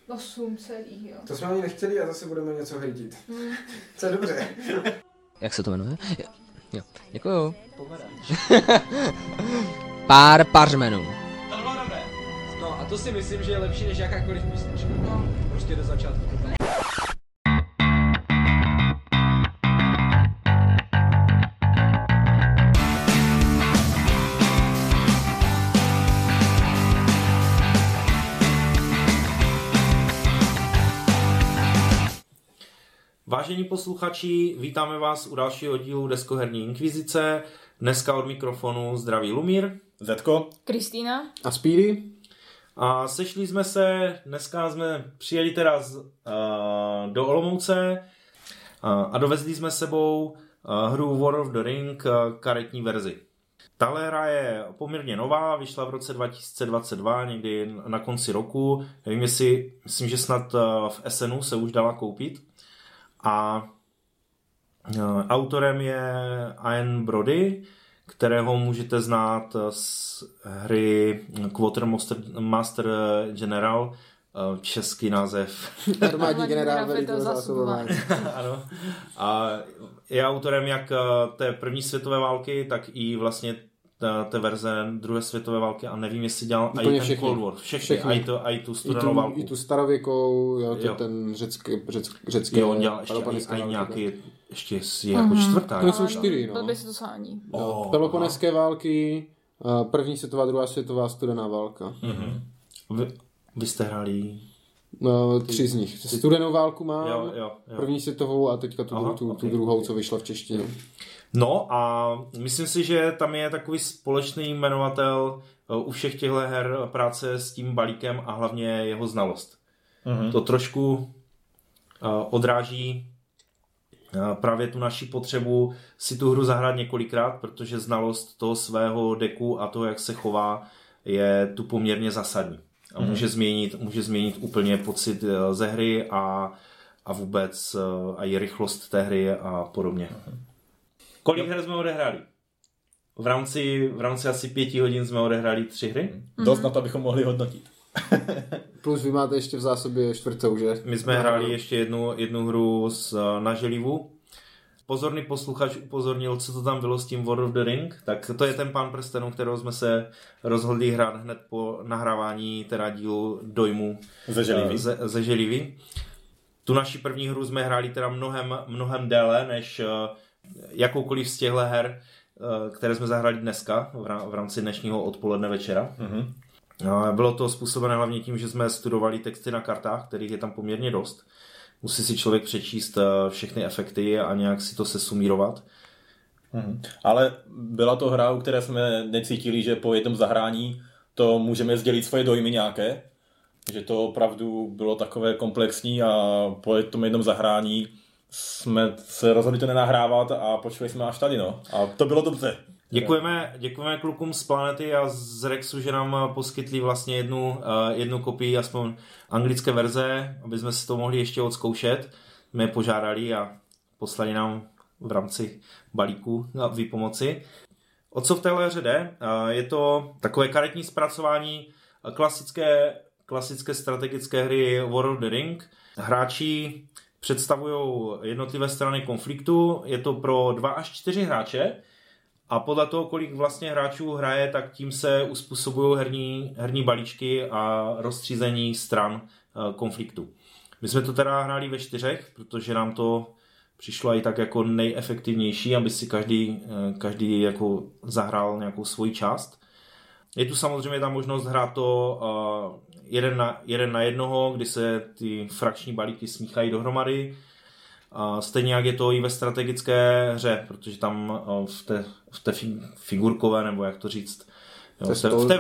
8 celých, jo. To jsme ani nechtěli a zase budeme něco hejtit. Co je dobře. Jak se to jmenuje? Jo. Děkuju. Pár pařmenů. To bylo dobré. No a to si myslím, že je lepší než jakákoliv písnička. No, prostě do začátku. Vážení posluchači, vítáme vás u dalšího dílu Deskoherní inkvizice. Dneska od mikrofonu zdraví Lumír, Zetko, Kristýna A Speedy? a sešli jsme se, dneska jsme přijeli teda do Olomouce a dovezli jsme sebou hru War of the Ring, karetní verzi. Tahle hra je poměrně nová, vyšla v roce 2022, někdy na konci roku. Nevím, myslím, že snad v SNu se už dala koupit. A autorem je Ian Brody, kterého můžete znát z hry Quartermaster General, český název. Armádní generál velitel zásobování. Ano. A je autorem jak té první světové války, tak i vlastně té verze druhé světové války a nevím, jestli dělal i ten Cold War. Všechny. I tu studenou válku. I tu starověkou, jo. Ten řecký. Jo, on dělal ještě i nějaký, ještě je jako čtvrtá. To jsou 4, no. To by se to sání. Peloponeské války, první světová, druhá světová, studená válka. Vy jste hráli... No, 3 z nich. Studenou válku mám, jo. První světovou a teďka tu druhou, co vyšla v češtině. No a myslím si, že tam je takový společný jmenovatel u všech těchto her práce s tím balíkem a hlavně jeho znalost. To trošku odráží právě tu naši potřebu si tu hru zahrát několikrát, protože znalost toho svého deku a toho, jak se chová, je tu poměrně zásadní. A může změnit úplně pocit ze hry a vůbec i rychlost té hry a podobně. Kolik her jsme odehráli? V rámci asi 5 hodin jsme odehráli 3 hry. Dost na to, abychom mohli hodnotit. Plus vy máte ještě v zásobě 4, že? My jsme hráli ještě jednu hru na želivu. Pozorný posluchač upozornil, co to tam bylo s tím War of the Ring. Tak to je ten Pán prstenů, kterého jsme se rozhodli hrát hned po nahrávání teda dílu Dojmu ze želivy. Tu naši první hru jsme hráli teda mnohem déle než jakoukoliv z těchto her, které jsme zahráli dneska v rámci dnešního odpoledne večera. Bylo to způsobené hlavně tím, že jsme studovali texty na kartách, kterých je tam poměrně dost. Musí si člověk přečíst všechny efekty a nějak si to sesumírovat. Ale byla to hra, u které jsme necítili, že po jednom zahrání to můžeme sdělit svoje dojmy nějaké. Že to opravdu bylo takové komplexní a po tom jednom zahrání jsme se rozhodli to nenahrávat a počuli jsme až tady, no. A to bylo dobře. Děkujeme klukům z Planety a z Rexu, že nám poskytli vlastně jednu kopii, aspoň anglické verze, aby jsme si to mohli ještě odzkoušet. My je požádali a poslali nám v rámci balíku na výpomoci. O co v téhle hře jde? Je to takové karetní zpracování klasické strategické hry War of the Ring. Hráči představují jednotlivé strany konfliktu. Je to pro 2 až 4 hráče. A podle toho, kolik vlastně hráčů hraje, tak tím se uspůsobují herní balíčky a rozstřízení stran konfliktu. My jsme to teda hráli ve 4, protože nám to přišlo i tak jako nejefektivnější, aby si každý jako zahrál nějakou svoji část. Je tu samozřejmě ta možnost hrát to jeden na jednoho, kdy se ty frakční balíky smíchají dohromady. Stejně jak je to i ve strategické hře, protože tam v té figurkové, nebo jak to říct, v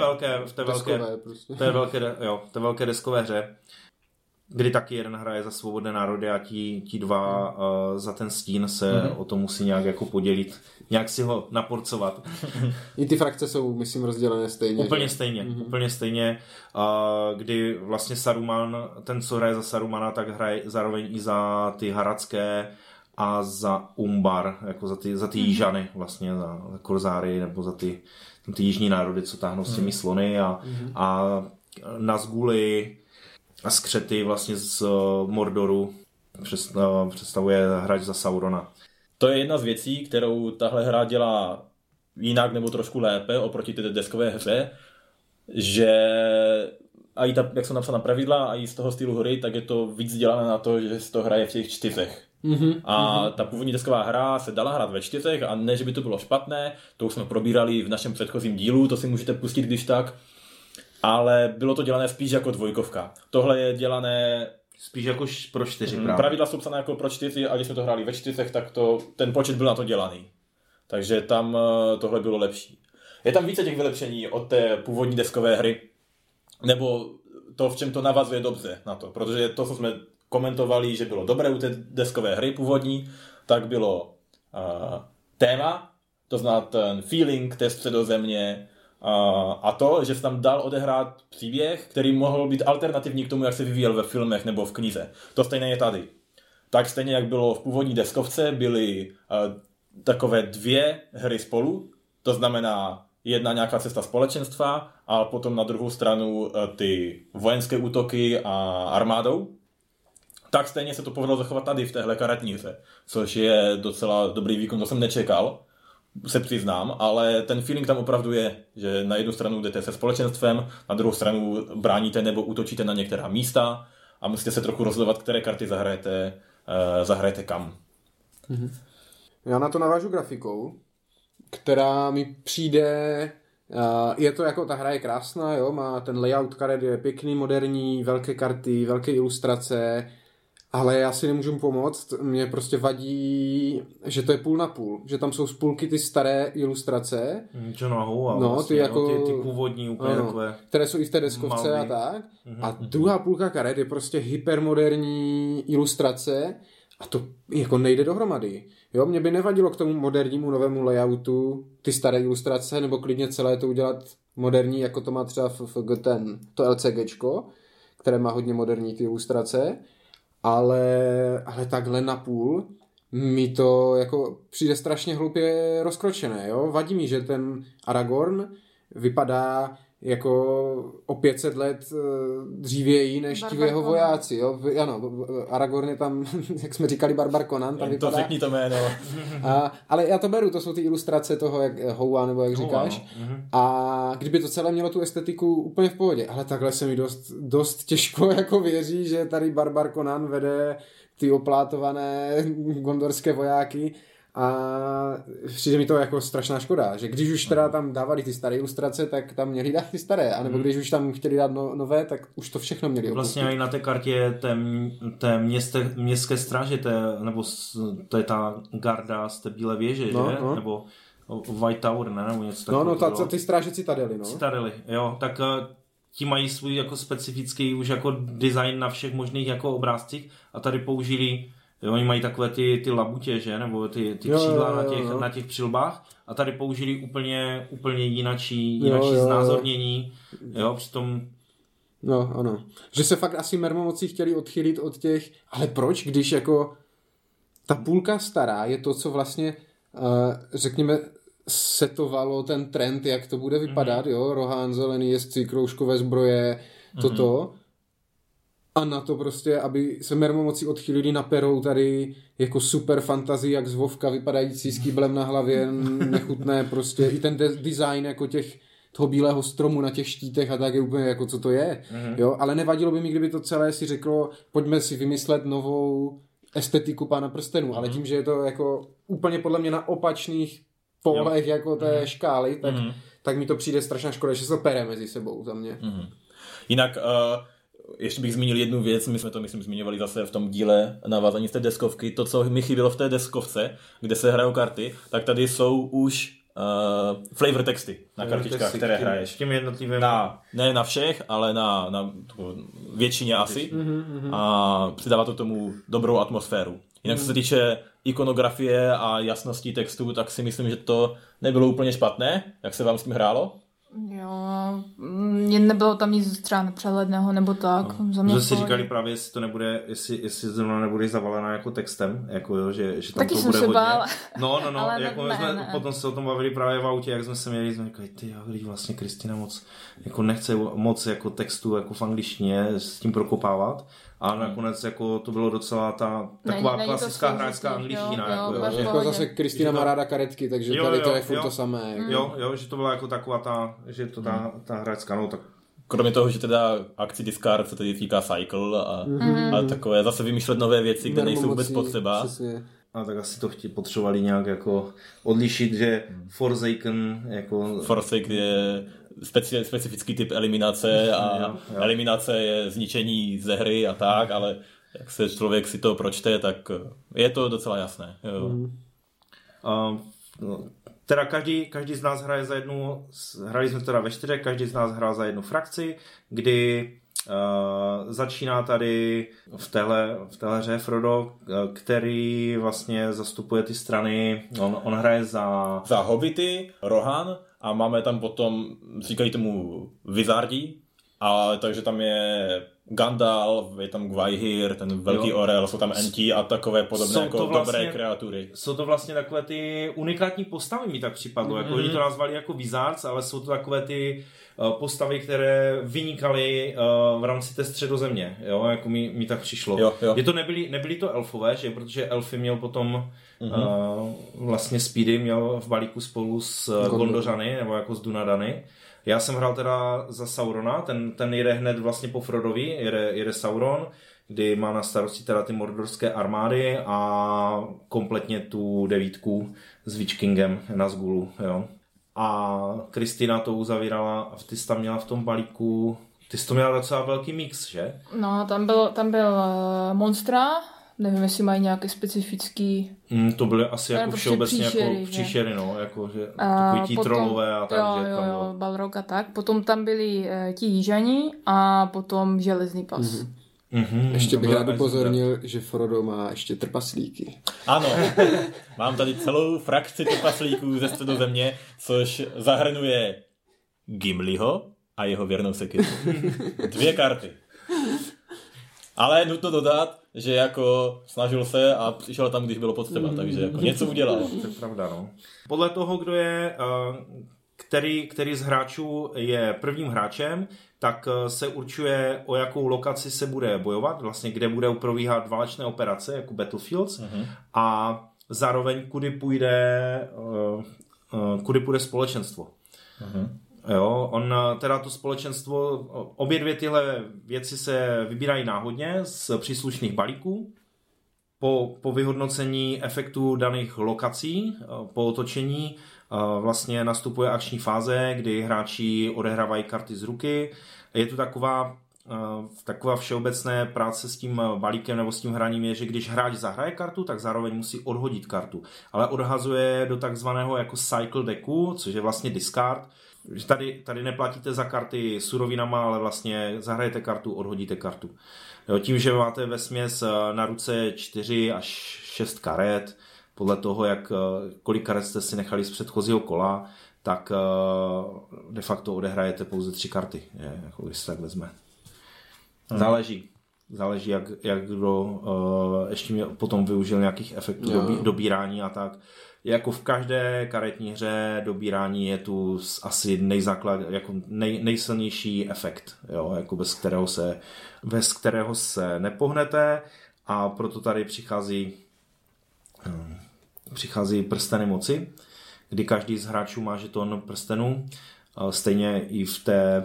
té velké deskové hře, kdy taky jeden hraje za svobodné národy a ti dva za ten stín se o to musí nějak jako podělit, nějak si ho naporcovat. I ty frakce jsou, myslím, rozdělené stejně. Úplně stejně, kdy vlastně Saruman, ten, co hraje za Sarumana, tak hraje zároveň i za ty haradské a za Umbar, jako za ty Jižany, vlastně za Korzáry, nebo za ty jižní národy, co táhnou s těmi slony a Nazgûly a skřety vlastně z Mordoru představuje hráč za Saurona. To je jedna z věcí, kterou tahle hra dělá jinak nebo trošku lépe oproti té deskové hře, že a i jak jsou napsána pravidla a i z toho stylu hry, tak je to víc dělané na to, že se to hraje v těch 4. A ta původní desková hra se dala hrát ve 4 a ne, že by to bylo špatné, to už jsme probírali v našem předchozím dílu, to si můžete pustit když tak, ale bylo to dělané spíš jako 2. Tohle je dělané spíš jako pro 4 právě. Pravidla jsou psané jako pro 4 a když jsme to hráli ve 4, tak ten počet byl na to dělaný. Takže tam tohle bylo lepší. Je tam více těch vylepšení od té původní deskové hry, nebo to, v čem to navazuje dobře na to, protože to, co jsme komentovali, že bylo dobré u té deskové hry původní, tak bylo téma, to znamená ten feeling té středozemě a to, že se tam dal odehrát příběh, který mohl být alternativní k tomu, jak se vyvíjel ve filmech nebo v knize. To stejné je tady. Tak stejně, jak bylo v původní deskovce, byly takové 2 hry spolu, to znamená jedna nějaká cesta společenstva a potom na druhou stranu ty vojenské útoky a armádou. Tak stejně se to povedlo zachovat tady v téhle karetní hře, což je docela dobrý výkon, to jsem nečekal, se přiznám, ale ten feeling tam opravdu je, že na jednu stranu jdete se společenstvem, na druhou stranu bráníte nebo útočíte na některá místa a musíte se trochu rozhodovat, které karty zahrajete kam. Já na to navážu grafikou, která mi přijde, je to jako ta hra je krásná, jo, má ten layout karet je pěkný, moderní, velké karty, velké ilustrace, ale já si nemůžu pomoct, mě prostě vadí, že to je půl na půl, že tam jsou z půlky ty staré ilustrace. No, vlastně, ty, jako, ty původní úplně takové. Které jsou i v té deskovce malby. A tak. A druhá půlka karet je prostě hypermoderní ilustrace a to jako nejde dohromady. Jo, mě by nevadilo k tomu modernímu novému layoutu ty staré ilustrace, nebo klidně celé to udělat moderní, jako to má třeba to LCGčko, které má hodně moderní ty ilustrace, ale takhle napůl mi to jako přijde strašně hloupě rozkročené, jo. Vadí mi, že ten Aragorn vypadá jako o 500 let dřívěji než ti jeho vojáci, jo. Ano, Aragorn je tam, jak jsme říkali, Barbar Conan, tam vypadá. To řekni to jméno. Ale já to beru, to jsou ty ilustrace toho, jak Houa, nebo jak říkáš. A kdyby to celé mělo tu estetiku úplně v pohodě, ale takhle se mi dost těžko jako věří, že tady Barbar Conan vede ty oplátované gondorské vojáky. A přijde mi to jako strašná škoda, že když už teda tam dávali ty staré ilustrace, tak tam měli dát ty staré, anebo když už tam chtěli dát nové, tak už to všechno měli opustit. Vlastně i na té kartě té městské stráže, nebo to je ta garda z té bílé věže, že? No. Nebo White Tower, ne? Nebo něco takového. Ty stráže Citadely, no. Citadely, jo, tak ti mají svůj jako specifický už jako design na všech možných jako obrázcích a tady použili. Jo, oni mají takové ty labutě, že? Nebo ty křídla na těch přilbách a tady použili úplně jinačí znázornění. Jo, přitom... No, ano. Že se fakt asi mermomocí chtěli odchylit od těch... Ale proč, když jako ta půlka stará je to, co vlastně, řekněme, setovalo ten trend, jak to bude vypadat, jo? Rohan, zelený jezdci, kroužkové zbroje, toto... A na to prostě, aby se mermomocí odchylili na perou tady jako super fantasy, jak z Vovka vypadající s kýblem na hlavě, nechutné prostě. I ten design jako toho bílého stromu na těch štítech a tak je úplně jako co to je. Jo? Ale nevadilo by mi, kdyby to celé si řeklo, pojďme si vymyslet novou estetiku Pána prstenů, ale tím, že je to jako úplně podle mě na opačných polech jako té škály, tak mi to přijde strašná škoda, že se to pere mezi sebou za mě. Jinak ještě bych zmínil jednu věc, my jsme to myslím zmiňovali zase v tom díle navázání z té deskovky, to, co mi chybělo v té deskovce, kde se hrajou karty, tak tady jsou už flavor texty na kartičkách, které hraješ. Těm jednotlivým. Ne na všech, ale na většině asi. A přidává to tomu dobrou atmosféru. Jinak co se týče ikonografie a jasnosti textu, tak si myslím, že to nebylo úplně špatné. Jak se vám s tím hrálo? Jo, nebylo tam nic třeba nepřehledného nebo tak. Že si říkali právě, jestli to nebude, jestli zrovna nebude zavalená jako textem, jako jo, že tam taky to jsem bude se hodně. bála. No, Ale jako ne. potom se o tom bavili právě v autě, jak jsme se měli, jsme říkali, vlastně Kristina moc jako nechce moc jako textu jako v angličtině s tím prokopávat. A nakonec jako to bylo docela taková klasická hráčská angličtina. Jako zase Kristina má ráda karetky, takže tady to je furt to samé. Jo, že to byla jako taková že to ta hráčská, no tak. Kromě toho, že teda akci discard se tedy týká cycle a takové zase vymýšlet nové věci, které nejsou vůbec potřeba. Přesně. A tak asi to potřebovali nějak jako odlišit, že Forsaken jako... Forsaken je specifický typ eliminace a jo. Eliminace je zničení ze hry a tak, ale jak se člověk si to pročte, tak je to docela jasné. Jo. Teda každý z nás hraje za jednu, hrali jsme teda ve 4, každý z nás hrál za jednu frakci, kdy začíná tady v téhle hře Frodo, který vlastně zastupuje ty strany, on hraje za Hobbity, Rohan a máme tam potom, říkají tomu Wizardi, a takže tam je Gandalf, je tam Gwaihir, ten velký orel, jsou tam Enti a takové podobné jako dobré kreatury. Jsou to vlastně takové ty unikátní postavy, mi tak připadlo. Jako, oni to nazvali jako Wizards, ale jsou to takové ty postavy, které vynikaly v rámci té Středozemě. Jo? Jako mi tak přišlo. Jo. Je to nebyli to elfové, že? Protože elfy měl potom vlastně Speedy měl v balíku spolu s Gondorany, nebo jako s Dunadany. Já jsem hrál teda za Saurona, ten jede hned vlastně po Frodovi, jede Sauron, kdy má na starosti teda ty mordorské armády a kompletně tu 9 s Witch Kingem Nazgulu, jo. A Kristina to uzavírala a ty jsi tam měla v tom balíku, ty jsi to měla docela velký mix, že? No, tam byl Monstra, nevím, jestli mají nějaký specifický... To byly asi jako všeobecně jako příšery, no, jako že takový tí trolové a tak, že tam bylo. Balrog a tak. Potom tam byli ti Jižani a potom Železný pas. Ještě bych rád upozornil, že Frodo má ještě trpaslíky. Ano, mám tady celou frakci trpaslíků ze Středozemě, což zahrnuje Gimliho a jeho věrnou sekiru. 2 karty. Ale nutno dodat, že jako snažil se a přišel tam, když bylo potřeba, takže jako něco udělal. To je pravda, no. Podle toho, kdo je, který z hráčů je prvním hráčem, tak se určuje, o jakou lokaci se bude bojovat, vlastně kde bude probíhat válečné operace, jako Battlefields, a zároveň kudy půjde společenstvo. Jo, teda to společenstvo, obě dvě tyhle věci se vybírají náhodně z příslušných balíků. Po vyhodnocení efektů daných lokací, po otočení, vlastně nastupuje akční fáze, kdy hráči odehrávají karty z ruky. Je to taková všeobecné práce s tím balíkem nebo s tím hraním je, že když hráč zahraje kartu, tak zároveň musí odhodit kartu. Ale odhazuje do takzvaného jako cycle decku, což je vlastně discard. Tady neplatíte za karty surovinama, ale vlastně zahrajete kartu, odhodíte kartu. Jo, tím, že máte vesměs na ruce 4 až 6 karet, podle toho, kolik karet jste si nechali z předchozího kola, tak de facto odehrajete pouze 3 karty, jako když se tak vezme. Záleží, jak kdo ještě potom využil nějakých efektů dobírání a tak. Jako v každé karetní hře dobírání je tu asi nejsilnější efekt, jo, jako bez kterého se nepohnete, a proto tady přichází prsteny moci, kdy každý z hráčů má žeton prstenů. Stejně i v té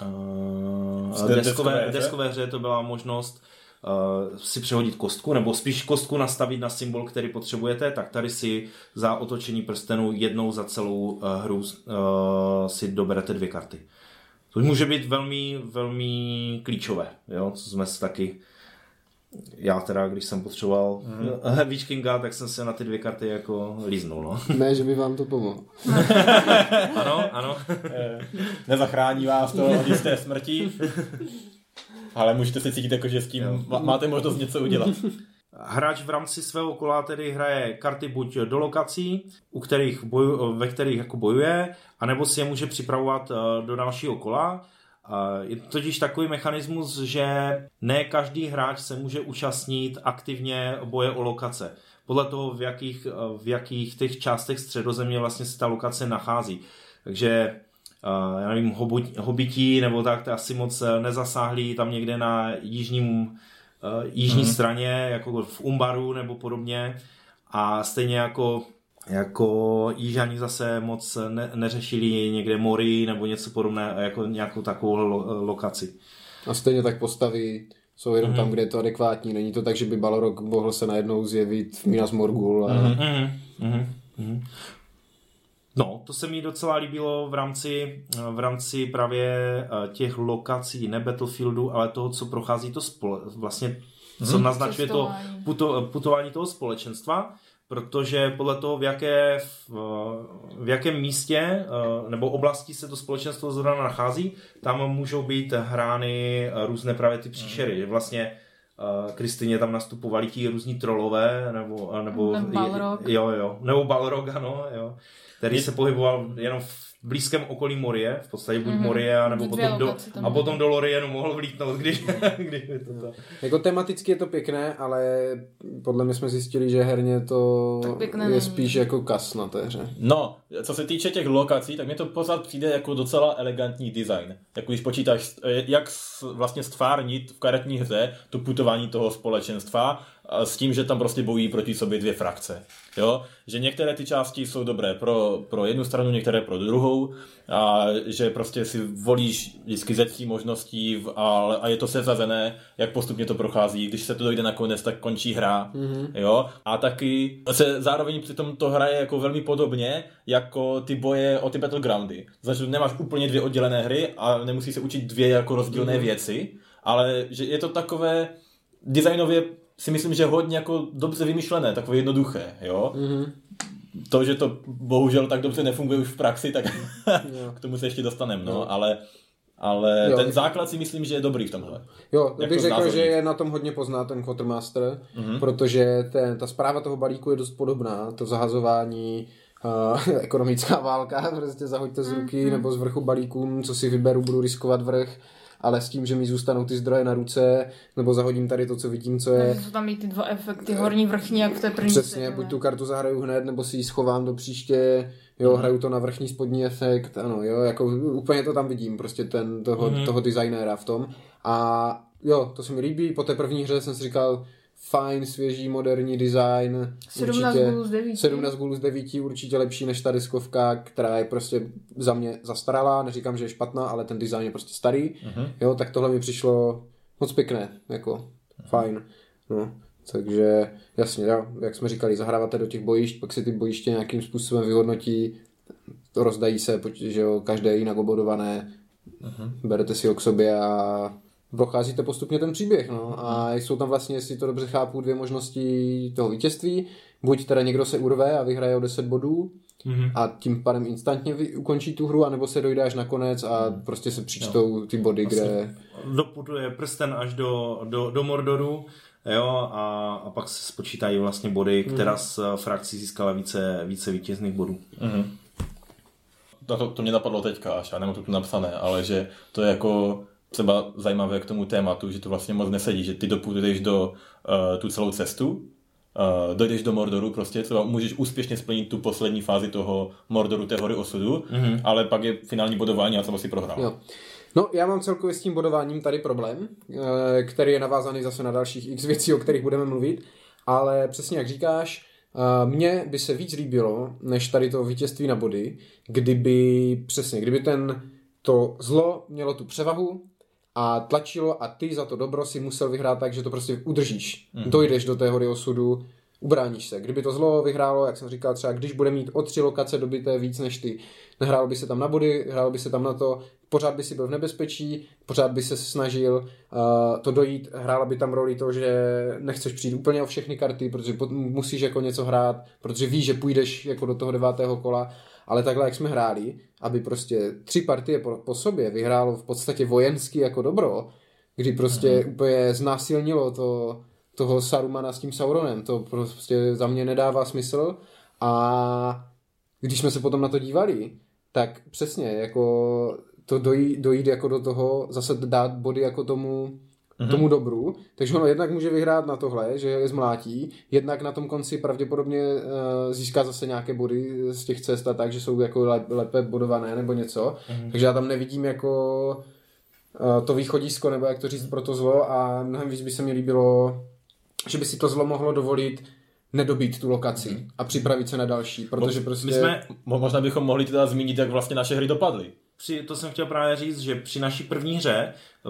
deskové hře to byla možnost si přehodit kostku, nebo spíš kostku nastavit na symbol, který potřebujete, tak tady si za otočení prstenu jednou za celou hru si doberete 2 karty. To může být velmi, velmi klíčové, jo? Co jsme si taky... Já teda, když jsem potřeboval Witch Kinga, tak jsem se na ty 2 karty jako líznul, no. Ne, že by vám to pomohlo. Ano. Nezachrání vás to od jisté smrti, ale můžete si cítit jako, že s tím máte možnost něco udělat. Hráč v rámci svého kola tedy hraje karty buď do lokací, ve kterých jako bojuje, anebo si je může připravovat do dalšího kola. Je to totiž takový mechanismus, že ne každý hráč se může účastnit aktivně boje o lokace. Podle toho, v jakých těch částech Středozemě vlastně se ta lokace nachází. Takže já nevím, hobití nebo tak, to asi moc nezasáhlí tam někde na jižní straně, jako v Umbaru nebo podobně. A stejně jako Jižani zase moc neřešili někde Morii nebo něco podobného, jako nějakou takovou lokaci. A stejně tak postavy jsou jenom tam, kde je to adekvátní. Není to tak, že by Balrog mohl se najednou zjevit v Minas Morgul. No, to se mi docela líbilo v rámci právě těch lokací, ne Battlefieldu, ale toho, co prochází to vlastně, co naznačuje to putování toho společenstva, protože podle toho, v jakém místě nebo oblasti se to společenstvo zrovna nachází, tam můžou být hrány různé právě ty příšery. Vlastně Kristyně tam nastupovali ti různí trollové, nebo Balrog. Nebo Balrog, ano, jo, který se pohyboval jenom v blízkém okolí Morie, v podstatě buď Morie, nebo potom do Lorienu mohl vlítnout, když by to. Jako tematicky je to pěkné, ale podle mě jsme zjistili, že herně to je spíš jako kas na té hře. No, co se týče těch lokací, tak mě to pořád přijde jako docela elegantní design. Jako když počítáš, jak vlastně stvárnit v karetní hře to putování toho společenstva s tím, že tam prostě bojují proti sobě dvě frakce. Jo? Že některé ty části jsou dobré pro jednu stranu, některé pro druhou a že prostě si volíš vždycky ze 3 možností a je to seřazené, jak postupně to prochází. Když se to dojde nakonec, tak končí hra. Jo? A taky se zároveň přitom to hraje jako velmi podobně jako ty boje o ty battlegroundy. Znači nemáš úplně 2 oddělené hry a nemusíš se učit 2 jako rozdílné věci, ale že je to takové designově si myslím, že hodně jako dobře vymyšlené, takové jednoduché, jo. To, že to bohužel tak dobře nefunguje už v praxi, tak k tomu se ještě dostaneme, no. Ale ten základ si myslím, že je dobrý v tomhle. Jo, bych řekl, že je na tom hodně pozná ten Quartermaster, protože ta správa toho balíku je dost podobná, to zahazování, ekonomická válka, prostě zahoďte z ruky nebo z vrchu balíkům, co si vyberu, budu riskovat vrch, ale s tím, že mi zůstanou ty zdroje na ruce, nebo zahodím tady to, co vidím, co je. Jsou tam i ty 2 efekty, horní, vrchní, jak v té první. Přesně, buď tu kartu zahraju hned, nebo si ji schovám do příště, jo, hraju to na vrchní spodní efekt, ano, jo, jako úplně to tam vidím, prostě toho designéra v tom. A jo, to se mi líbí, po té první hře jsem si říkal, fajn, svěží, moderní design. 17 gulů z 9, určitě lepší než ta diskovka, která je prostě za mě zastaralá, neříkám, že je špatná, ale ten design je prostě starý. Jo, tak tohle mi přišlo moc pěkné, jako fajn. No, takže jasně, jo, jak jsme říkali, zahráváte do těch bojišť, pak si ty bojiště nějakým způsobem vyhodnotí, rozdají se, že jo, každé je jinak obodované, berete si ho k sobě a procházíte postupně ten příběh, no. A jsou tam vlastně, jestli to dobře chápu, 2 možnosti toho vítězství. Buď teda někdo se urve a vyhraje o 10 bodů a tím pádem instantně ukončí tu hru, anebo se dojde až na konec a prostě se přičtou ty body, kde doputuje prsten až do Mordoru, jo, a pak se spočítají vlastně body, která z frakcí získala více vítězných bodů. To mě napadlo teďka až, já nemám to tu napsané, ale že to je jako třeba zajímavé k tomu tématu, že to vlastně moc nesedí, že ty doputuješ do tu celou cestu, dojdeš do Mordoru, prostě třeba můžeš úspěšně splnit tu poslední fázi toho Mordoru, té hory osudu, ale pak je finální bodování a třeba si prohrál. Jo. No, já mám celkově s tím bodováním tady problém, který je navázaný zase na dalších x věcí, o kterých budeme mluvit, ale přesně jak říkáš, mně by se víc líbilo, než tady to vítězství na body, kdyby to zlo mělo tu převahu a tlačilo a ty za to dobro si musel vyhrát tak, že to prostě udržíš. Dojdeš do té hory osudu, ubráníš se. Kdyby to zlo vyhrálo, jak jsem říkal, třeba když bude mít o 3 lokace dobité víc než ty, nehrálo by se tam na body, hrálo by se tam na to, pořád by si byl v nebezpečí, pořád by se snažil to dojít, hrála by tam roli to, že nechceš přijít úplně o všechny karty, protože musíš jako něco hrát, protože víš, že půjdeš jako do toho 9. kola, ale takhle, jak jsme hráli, aby prostě 3 partie po sobě vyhrálo v podstatě vojensky jako dobro, kdy prostě úplně znásilnilo toho Sarumana s tím Sauronem. To prostě za mě nedává smysl a když jsme se potom na to dívali, tak přesně, jako to dojít jako do toho, zase dát body jako tomu dobru, takže ono jednak může vyhrát na tohle, že je zmlátí, jednak na tom konci pravděpodobně získá zase nějaké body z těch cest a tak, že jsou jako lépe bodované nebo něco, takže já tam nevidím jako to východisko, nebo jak to říct pro to zlo a mnohem víc by se mi líbilo, že by si to zlo mohlo dovolit nedobít tu lokaci a připravit se na další, protože prostě... Možná bychom mohli teda zmínit, jak vlastně naše hry dopadly. To jsem chtěl právě říct, že při naší první hře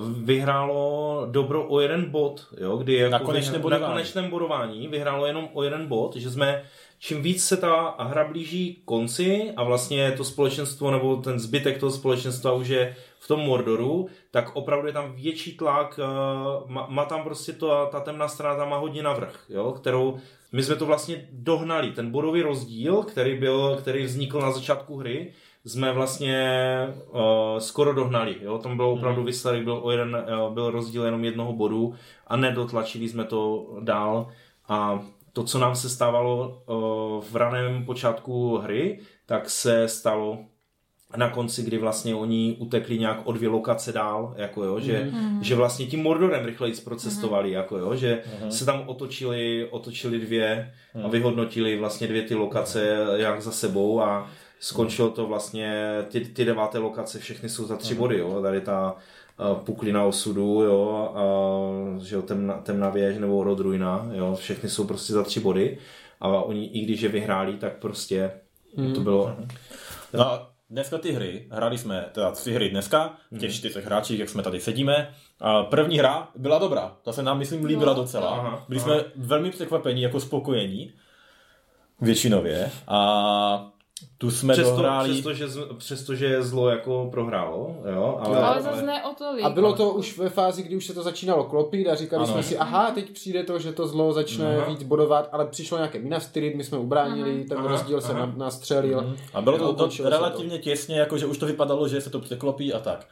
vyhrálo dobro o 1 bod, jo, kdy jako na konečném bodování vyhrálo jenom o 1 bod, že jsme, čím víc se ta hra blíží konci a vlastně to společenstvo nebo ten zbytek toho společenstva už je v tom Mordoru, tak opravdu je tam větší tlak, má tam prostě ta temná strana tam má hodně navrch, jo, kterou my jsme to vlastně dohnali, ten bodový rozdíl, který vznikl na začátku hry, jsme vlastně skoro dohnali. Jo? Tam bylo opravdu výsledek, byl rozdíl jenom 1 bodu a nedotlačili jsme to dál. A to, co nám se stávalo v raném počátku hry, tak se stalo na konci, kdy vlastně oni utekli nějak o 2 lokace dál, jako jo, že vlastně tím Mordorem rychleji procestovali, jako jo, že se tam otočili 2 a vyhodnotili vlastně 2 ty lokace jak za sebou a skončilo to vlastně, ty 9. lokace všechny jsou za 3 body, jo, tady ta Puklina osudu, jo, a že jo, temná věž nebo Rod Ruina, jo, všechny jsou prostě za 3 body a oni, i když je vyhráli, tak prostě to bylo... No, dneska ty hry, hráli jsme teda 3 hry dneska, těch 4 hráčích, jak jsme tady sedíme. A první hra byla dobrá, ta se nám, myslím, líbila docela. Byli jsme velmi překvapení, jako spokojení, většinově. A tu jsme dohráli... Přestože zlo jako prohrálo, jo, ale zase ne o tolik. A bylo to už ve fázi, kdy už se to začínalo klopit a říkali jsme si, aha, teď přijde to, že to zlo začne víc bodovat, ale přišlo nějaké Minas Tirith, my jsme ubránili, ten rozdíl se nastřelil. A bylo to relativně těsně, jako že už to vypadalo, že se to překlopí a tak.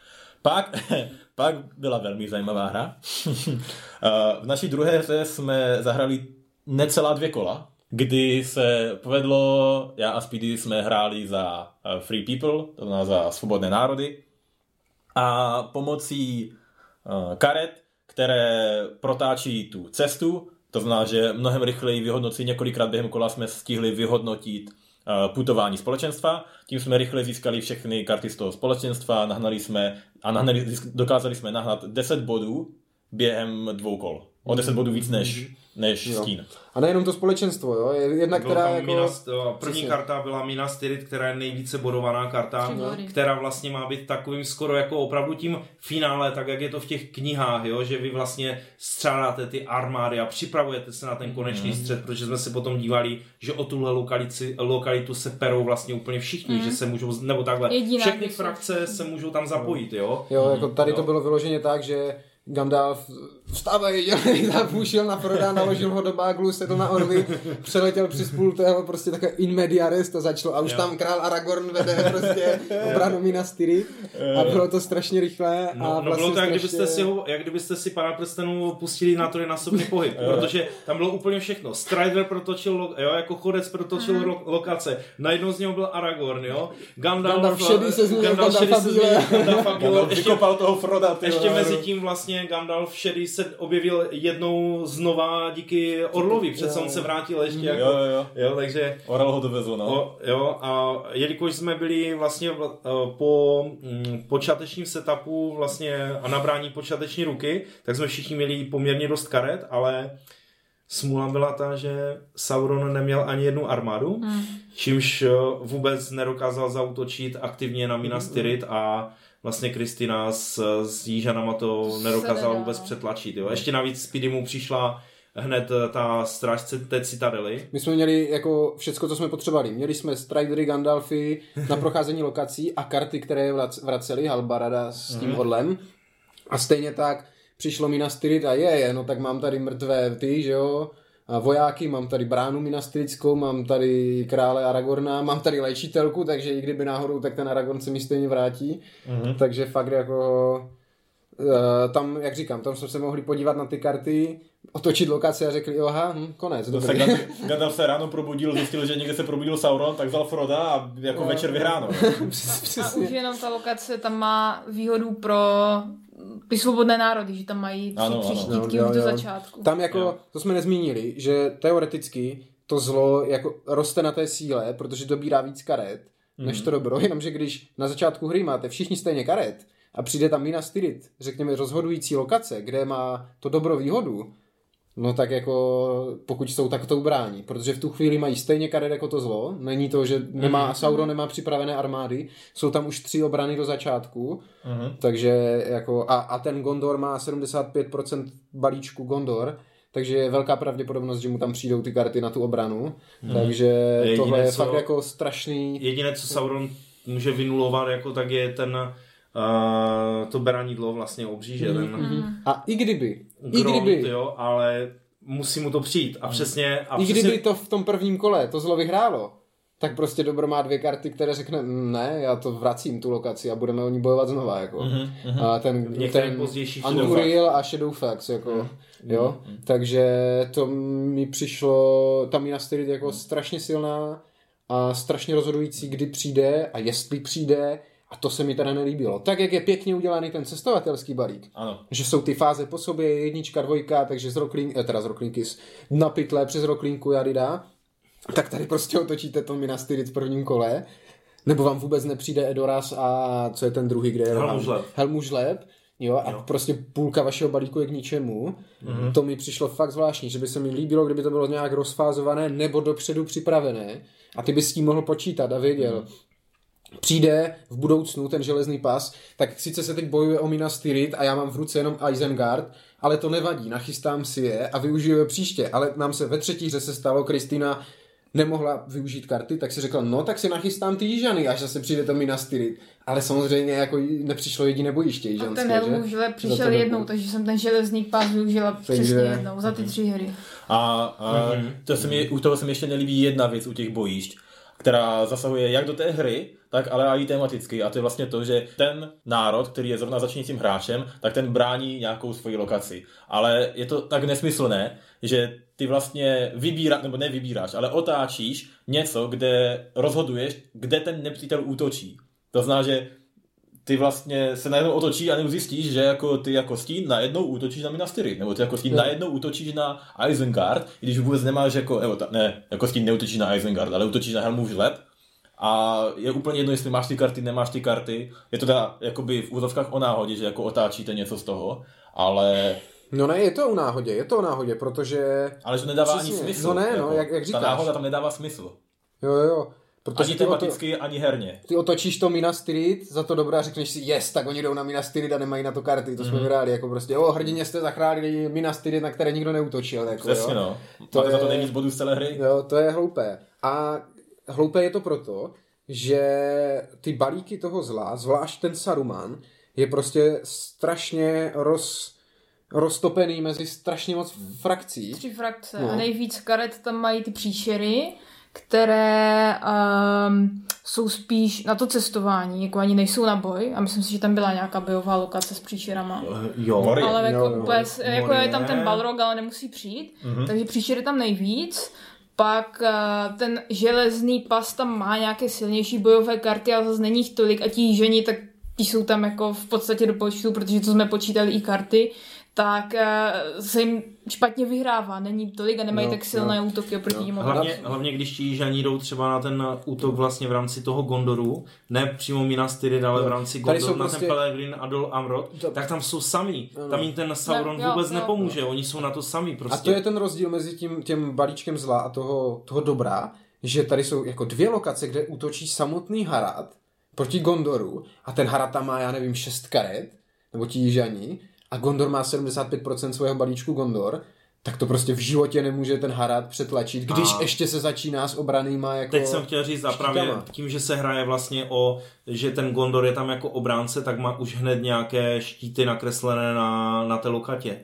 Pak byla velmi zajímavá hra. V naší druhé hře jsme zahrali necelá 2 kola, kdy se povedlo, já a Speedy jsme hráli za Free People, to znamená za svobodné národy, a pomocí karet, které protáčí tu cestu, to znamená, že mnohem rychleji vyhodnocí, několikrát během kola jsme stihli vyhodnotit putování společenstva, tím jsme rychle získali všechny karty z toho společenstva, dokázali jsme nahnat 10 bodů během 2 kol. O 10 bodů víc než Stín. A nejenom to společenstvo, jo? Jedna, která jako... První karta byla Minas Tirith, která je nejvíce bodovaná karta, která vlastně má být takovým skoro jako opravdu tím finále, tak jak je to v těch knihách, jo? Že vy vlastně střádáte ty armády a připravujete se na ten konečný střet, protože jsme se potom dívali, že o tuhle lokalitu se perou vlastně úplně všichni, že se můžou, nebo takhle, všechny frakce se můžou tam zapojit, jo? Jo, jako tady to bylo vyloženě tak, že Gandalf vstávej, šel na Froda, naložil ho do báglu, sedl na orby, přeletěl přes půl toho, prostě takové in media res to začalo a už tam král Aragorn vede prostě obranu Minas Tirith a bylo to strašně rychlé. A vlastně bylo to, jak kdybyste si Pána prstenů pustili na trojnásobný pohyb, protože tam bylo úplně všechno. Strider protočil, jo, jako chodec protočil lokace, najednou z něho byl Aragorn, jo, Gandalf šedý se změnil, Gandalfa bílé, vykopal toho Froda. Ještě mezi tím vlastně Gandalf šedý se objevil jednou znova díky Orlovi, přece on se vrátil ještě jako, jo, takže Orel ho dovezl, no. Jo, a jelikož jsme byli vlastně po počátečním setupu vlastně a nabrání počáteční ruky, tak jsme všichni měli poměrně dost karet, ale smůla byla ta, že Sauron neměl ani 1 armádu, čímž vůbec nedokázal zaútočit aktivně na Minas Tirith a vlastně Kristina s Jížanama to nedokázala vůbec přetlačit. Jo. Ještě navíc Speedy mu přišla hned ta strážce té citadely. My jsme měli jako všecko, co jsme potřebovali. Měli jsme Stridery, Gandalfy na procházení lokací a karty, které vraceli, Halbarada s tím orlem. A stejně tak přišlo Minas Tirith a no tak mám tady mrtvé ty, že jo, a vojáky, mám tady bránu Minas Tirithskou, mám tady krále Aragorna, mám tady léčitelku, takže i kdyby náhodou, tak ten Aragorn se mi stejně vrátí. Takže fakt jako tam, jak říkám, tam jsme se mohli podívat na ty karty, otočit lokaci a řekli, konec, dobrý. Gandalf se ráno probudil, zjistil, že někde se probudil Sauron, tak vzal Froda a jako večer vyhráno. A už jenom ta lokace tam má výhodu pro ty svobodné národy, že tam mají tři štítky už do začátku. Tam jako, to jsme nezmínili, že teoreticky to zlo jako roste na té síle, protože dobírá víc karet, než to dobro, jenomže když na začátku hry máte všichni stejně karet a přijde tam Minas Tirith, řekněme rozhodující lokace, kde má to dobro výhodu, no tak jako pokud jsou, tak to ubrání, protože v tu chvíli mají stejně karet jako to zlo, není to, že Sauron nemá připravené armády, jsou tam už 3 obrany do začátku, takže jako a ten Gondor má 75% balíčku Gondor, takže je velká pravděpodobnost, že mu tam přijdou ty karty na tu obranu, takže tohle je fakt jako strašný. Jediné, co Sauron může vynulovat, jako tak je ten to beranidlo vlastně obří, že A i kdyby, jo, ale musí mu to přijít a přesně... kdyby to v tom prvním kole to zlo vyhrálo, tak prostě dobro má 2 karty, které řekne, ne, já to vracím tu lokaci a budeme o ní bojovat znova, jako. A ten Unreal a Shadowfax, jako, jo. Takže to mi přišlo, ta Minas Tirith jako strašně silná a strašně rozhodující, kdy přijde a jestli přijde. A to se mi teda nelíbilo. Tak, jak je pěkně udělaný ten cestovatelský balík. Ano. Že jsou ty fáze po sobě, 1, 2, takže z Roklínky na pytle přes Roklínku jadida. Tak tady prostě otočíte to Minas Tirith v prvním kole. Nebo vám vůbec nepřijde Edoras a co je ten druhý, kde je Helmužleb. Jo, a prostě půlka vašeho balíku je k ničemu. To mi přišlo fakt zvláštní, že by se mi líbilo, kdyby to bylo nějak rozfázované nebo dopředu připravené. A ty bys s tím mohl počítat a věděl. Přijde v budoucnu ten železný pas, tak sice se teď bojuje o Minas Tirith a já mám v ruce jenom Isengard, ale to nevadí, nachystám si je a využiju je příště. Ale nám se ve 3. hře se stalo, Kristýna nemohla využít karty, tak si řekla, no tak si nachystám ty Jižany, až zase přijde to Minas Tirith. Ale samozřejmě jako nepřišlo jediné bojiště jižanské, a ten Helmužleb přišel jednou, takže jsem ten železný pás využila přesně jednou za ty 3 hry. U toho se mi ještě nelíbí jedna věc u těch bojišť, která zasahuje jak do té hry, tak ale i tematicky. A to je vlastně to, že ten národ, který je zrovna začínajícím hráčem, tak ten brání nějakou svoji lokaci. Ale je to tak nesmyslné, že ty vlastně nevybíráš, ale otáčíš něco, kde rozhoduješ, kde ten nepřítel útočí. To znamená, že ty vlastně se najednou otočí a zjistíš, že jako ty jako stín najednou útočíš na Minas Tirith, nebo ty jako stín najednou útočíš na Isengard, i když vůbec nemáš jako stín neútočíš na Isengard, ale útočíš na Helmužleb. A je úplně jedno, jestli máš ty karty, nemáš ty karty. Je to teda jakoby v úzovkách o náhodě, že jako otáčíte něco z toho, ale... No ne, je to o náhodě, protože... Ale že nedává ani smysl. No ne, jako, jak říkáš. Ta náhoda tam nedává smysl. Jo. Protože ani tematicky, ani herně. Ty otočíš to Minas Tirith za to dobré a řekneš si, tak oni jdou na Minas Tirith a nemají na to karty, to jsme vyhráli, jako prostě, hrdině jste zachránili Minas Tirith, na které nikdo neútočil. Jako, přesně, no. Máte za to nejvíc bodů z celé hry. Jo, to je hloupé. A hloupé je to proto, že ty balíky toho zla, zvlášť ten Saruman, je prostě strašně roztopený mezi strašně moc frakcí. 3 frakce a nejvíc karet tam mají ty příšery, které jsou spíš na to cestování, jako ani nejsou na boj a myslím si, že tam byla nějaká bojová lokace s příšerama. Ale jako úplně, jako je tam ten Balrog, ale nemusí přijít, takže příšery tam nejvíc. Pak ten železný pas tam má nějaké silnější bojové karty, ale zase není jich tolik a ti Jižani, tak ti jsou tam jako v podstatě do počtu, protože to jsme počítali i karty, tak se jim špatně vyhrává, není tolik a nemají tak silné útoky oproti tím. Hlavně když ti Jižani jdou třeba na ten útok vlastně v rámci toho Gondoru, ne přímo Minas Tirith, ale v rámci Gondoru na ten Pelegrin a Dol Amroth, tak tam jsou sami. Tam jim ten Sauron vůbec nepomůže, oni jsou na to sami prostě. A to je ten rozdíl mezi tím balíčkem zla a toho dobra, že tady jsou jako 2 lokace, kde útočí samotný Harad proti Gondoru a ten Harad tam má, 6 karet, nebo ti Jižani, a Gondor má 75% svého balíčku Gondor, tak to prostě v životě nemůže ten Harad přetlačit, když ještě se začíná s obranýma jako... Teď jsem chtěl říct, a právě tím, že se hraje vlastně že ten Gondor je tam jako obránce, tak má už hned nějaké štíty nakreslené na té lokalitě.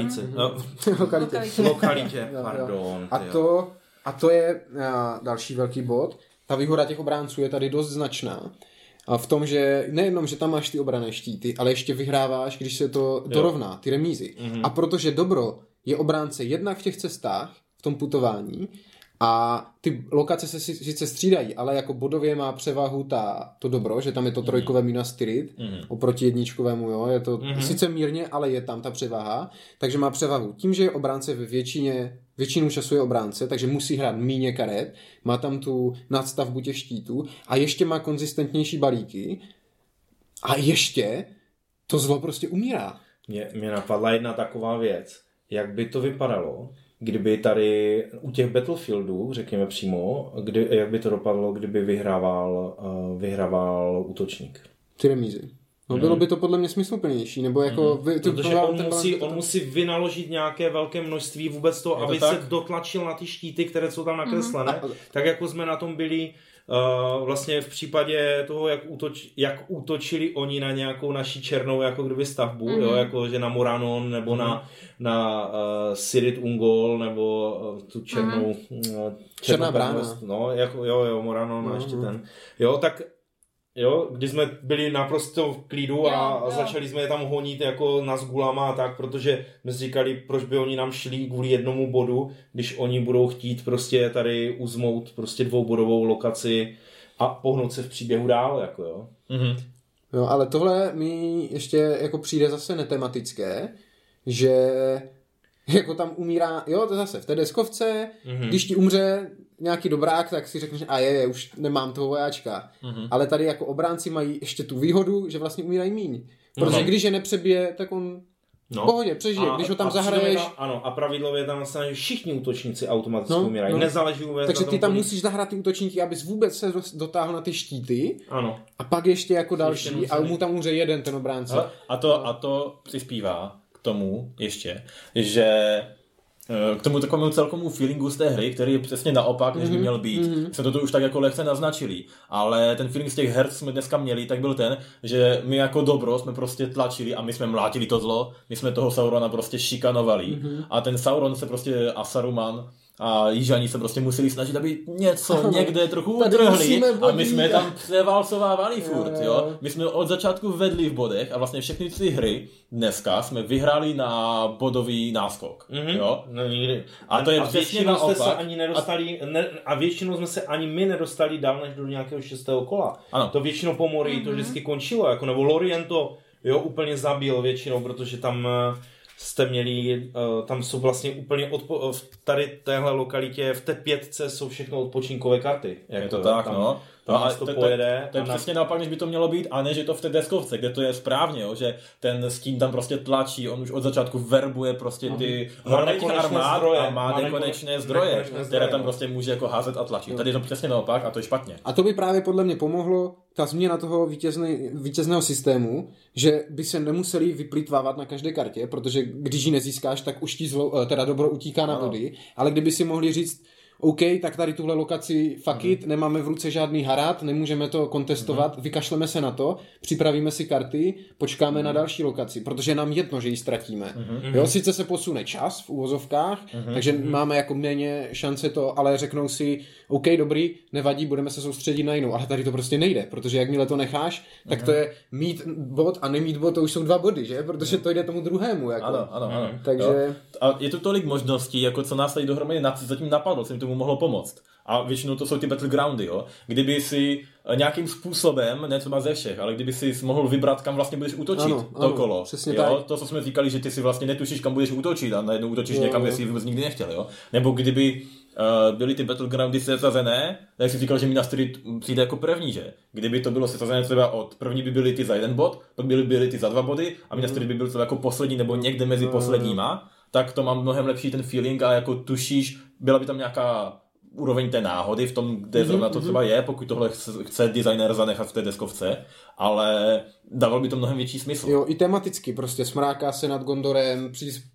Pardon. A to je další velký bod. Ta výhoda těch obránců je tady dost značná. A v tom, že nejenom, že tam máš ty obranné štíty, ale ještě vyhráváš, když se to dorovná, ty remízy. A protože dobro je obránce jednak v těch cestách, v tom putování, a ty lokace se sice střídají, ale jako bodově má převahu to dobro, že tam je to trojkové Minas Tirith oproti jedničkovému, jo, je to sice mírně, ale je tam ta převaha, takže má převahu. Tím, že je obránce ve většinu času je obránce, takže musí hrát míně karet, má tam tu nadstavbu těch štítů a ještě má konzistentnější balíky a ještě to zlo prostě umírá. Mě napadla jedna taková věc, jak by to vypadalo, kdyby tady u těch Battlefieldů, řekněme přímo, jak by to dopadlo, kdyby vyhrával útočník. Ty remízy. No bylo by to podle mě smysluplnější, nebo jako... Protože on musí vynaložit nějaké velké množství vůbec toho, aby se dotlačil na ty štíty, které jsou tam nakreslené. Tak jako jsme na tom byli vlastně v případě toho, jak útočili oni na nějakou naší černou jako kdyby stavbu, jo, jako že na Moranon nebo na Sirit Ungol nebo tu černá brána. No, jako jo, Moranon a ještě ten. Jo, tak jo, když jsme byli naprosto v klidu a začali jsme je tam honit jako na Gulama a tak, protože jsme si říkali, proč by oni nám šli kvůli jednomu bodu, když oni budou chtít prostě tady uzmout prostě dvoubodovou lokaci a pohnout se v příběhu dál, jako jo. Jo, ale tohle mi ještě jako přijde zase netematické, že jako tam umírá, jo, to zase v té deskovce, když ti umře nějaký dobrák, tak si řekneš, už nemám toho vojáčka. Ale tady jako obránci mají ještě tu výhodu, že vlastně umírají míň. Protože když je nepřebije, tak on v pohodě přežije. Když ho tam zahraješ... Ano, a pravidlově tam vlastně všichni útočníci automaticky umírají. Nezáleží vůbec. Takže ty tam musíš zahrát ty útočníky, abys vůbec se dotáhl na ty štíty. Ano. A pak ještě jako další a mu tam umře jeden ten obránce. A to přispívá k tomu ještě, že k tomu takovému celkomu feelingu z té hry, který je přesně naopak, než by měl být. Jsme to už tak jako lehce naznačili, ale ten feeling z těch her, co jsme dneska měli, tak byl ten, že my jako dobro jsme prostě tlačili a my jsme mlátili to zlo, my jsme toho Saurona prostě šikanovali a ten Sauron se prostě a Saruman a Jižani se prostě museli snažit, aby něco někde trochu udrhli a my jsme tam převálcovávali furt, jo. My jsme od začátku vedli v bodech a vlastně všechny ty hry dneska jsme vyhráli na bodový náskok, jo. No nikdy. A to je přesně naopak. A většinou jsme se ani my nedostali dál než do nějakého 6. kola. Ano. To většinou po Morii to vždycky končilo, jako, nebo Lorien to úplně zabil většinou, protože tam jste měli, tam jsou vlastně úplně v tady téhle lokalitě, v té 5 jsou všechno odpočinkové karty. Je to tak, no. To pojede. To je přesně naopak, než by to mělo být, a ne, že to v té deskovce, kde to je správně, jo, že ten stín tam prostě tlačí, on už od začátku verbuje prostě ty horných armád a má nekonečné zdroje, které tam prostě může jako házet a tlačit. Tady je to přesně naopak a to je špatně. A to by právě podle mě pomohlo ta změna toho vítězného systému, že by se nemuseli vyplýtvávat na každé kartě, protože když ji nezískáš, tak už ti dobro utíká na body, ale kdyby si mohli říct, OK, tak tady tuhle lokaci fuck it, nemáme v ruce žádný harát, nemůžeme to kontestovat, vykašleme se na to, připravíme si karty, počkáme na další lokaci, protože je nám jedno, že ji ztratíme. Jo, sice se posune čas v úvozovkách, takže máme jako méně šance to, ale řeknou si, OK, dobrý, nevadí, budeme se soustředit na jinou, ale tady to prostě nejde, protože jakmile to necháš, tak to je mít bod a nemít bod, to už jsou 2 body, že? Protože to jde tomu druhému. Jako. Ano. Takže... Jo. A je tu tolik možností, jako co nás tady dohromady zatím napadlo, co mi tomu mohlo pomoct. A většinou to jsou ty battlegroundy, jo. Kdyby si nějakým způsobem, ne třeba ze všech, ale kdyby si mohl vybrat, kam vlastně budeš útočit to kolo. Přesně jo? tak. To, co jsme říkali, že ty si vlastně netušíš, kam budeš útočit a najednou útočíš někam, kde jsi vůbec nikdy nechtěl, jo. Nebo kdyby byly ty battlegroundy sesazené, tak si říkal, že Minas Tirith přijde jako první, že? Kdyby to bylo sesazené třeba od první by byly ty za 1 bod, pak byly ty za 2 body a Minas Tirith by byl třeba jako poslední nebo někde mezi posledníma, tak to má mnohem lepší ten feeling a jako tušíš, byla by tam nějaká úroveň té náhody v tom, kde zrovna to třeba je, pokud tohle chce designer zanechat v té deskovce, ale dával by to mnohem větší smysl. Jo, i tematicky prostě smráká se nad Gondorem,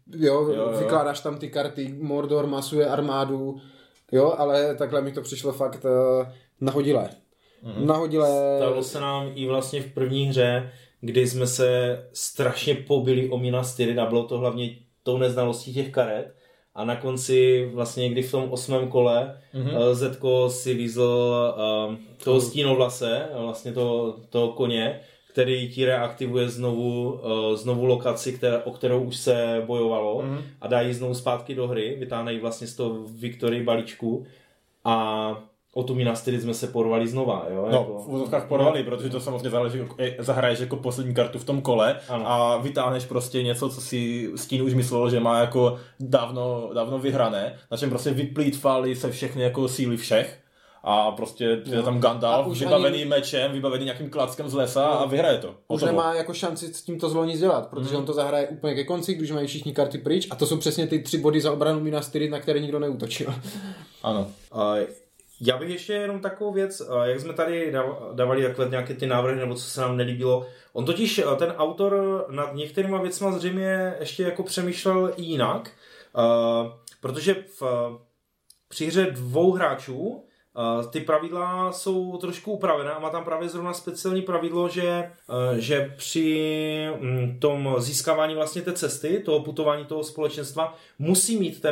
vykládáš tam ty karty, Mordor masuje armádu, jo, ale takhle mi to přišlo fakt nahodilé. Nahodilé. Stalo se nám i vlastně v první hře, kdy jsme se strašně pobili o Minas Tirith a bylo to hlavně tou neznalostí těch karet. a na konci vlastně někdy v tom 8. kole Zetko si lízl toho stínovlase, vlastně toho koně, který ti reaktivuje znovu lokaci, o kterou už se bojovalo a dá ji znovu zpátky do hry, vytáhne ji vlastně z toho Victory balíčku a o tu Minas Tirith jsme se porvali znova. Jo? No, jako, v úzovkách porvali, protože to samozřejmě záleží, zahraješ jako poslední kartu v tom kole a vytáhneš prostě něco, co si Stín už myslel, že má jako dávno vyhrané, na čem prostě vyplýtvali se všechny jako síly všech. A prostě je tam Gandalf vybavený mečem, vybavený nějakým klackem z lesa a vyhraje to. Už nemá jako šanci s tímto zlo nic dělat, protože on to zahraje úplně ke konci, když mají všichni karty pryč a to jsou přesně ty 3 body za obranu Minas Tirith, na které nikdo neútočil. Ano. Já bych ještě jenom takovou věc, jak jsme tady dávali takhle nějaké ty návrhy, nebo co se nám nelíbilo. On totiž, ten autor nad některýma věcma zřejmě ještě jako přemýšlel i jinak, protože při hře 2 hráčů ty pravidla jsou trošku upravené a má tam právě zrovna speciální pravidlo, že při tom získávání vlastně té cesty, toho putování toho společenstva musí mít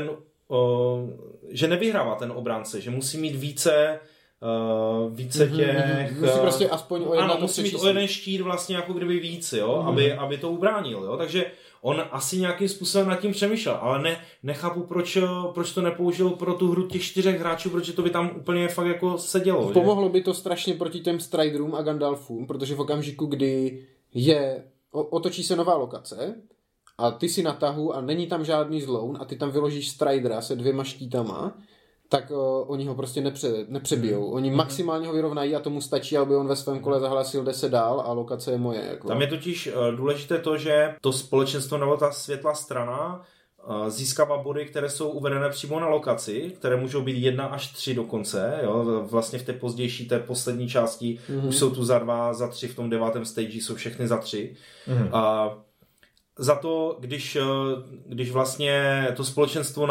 že nevyhrává ten obránce, že musí mít více těch... Musí prostě aspoň o jedna musí mít o jeden štít vlastně jako kdyby víc, jo, aby to ubránil, jo, takže on asi nějakým způsobem nad tím přemýšlel, ale nechápu, proč to nepoužil pro tu hru těch 4 hráčů, protože to by tam úplně fakt jako sedělo. Pomohlo by to strašně proti těm Striderům a Gandalfům, protože v okamžiku, kdy otočí se nová lokace a ty si na tahu a není tam žádný zloun a ty tam vyložíš Stridera se 2 štítama, tak oni ho prostě nepřebijou. Oni maximálně ho vyrovnají a tomu stačí, aby on ve svém kole zahlásil, jde se dál a lokace je moje. Jako. Tam je totiž důležité to, že to společenstvo nebo ta světlá strana získává body, které jsou uvedené přímo na lokaci, které můžou být 1 až 3 dokonce. Jo? Vlastně v té pozdější, té poslední části už jsou tu za 2, za 3, v tom 9. stage jsou všechny za 3. Za to, když vlastně to společenstvo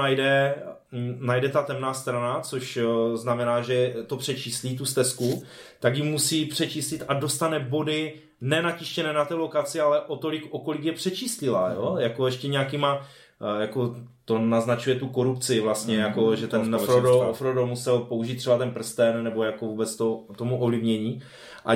najde ta temná strana, což znamená, že to přečíslí tu stezku, tak ji musí přečíslit a dostane body nenatištěné na té lokaci, ale o kolik je přečíslila, jo? Jako ještě nějakýma, jako to naznačuje tu korupci vlastně, jako že ten Frodo musel použít třeba ten prsten, nebo jako vůbec tomu ovlivnění. A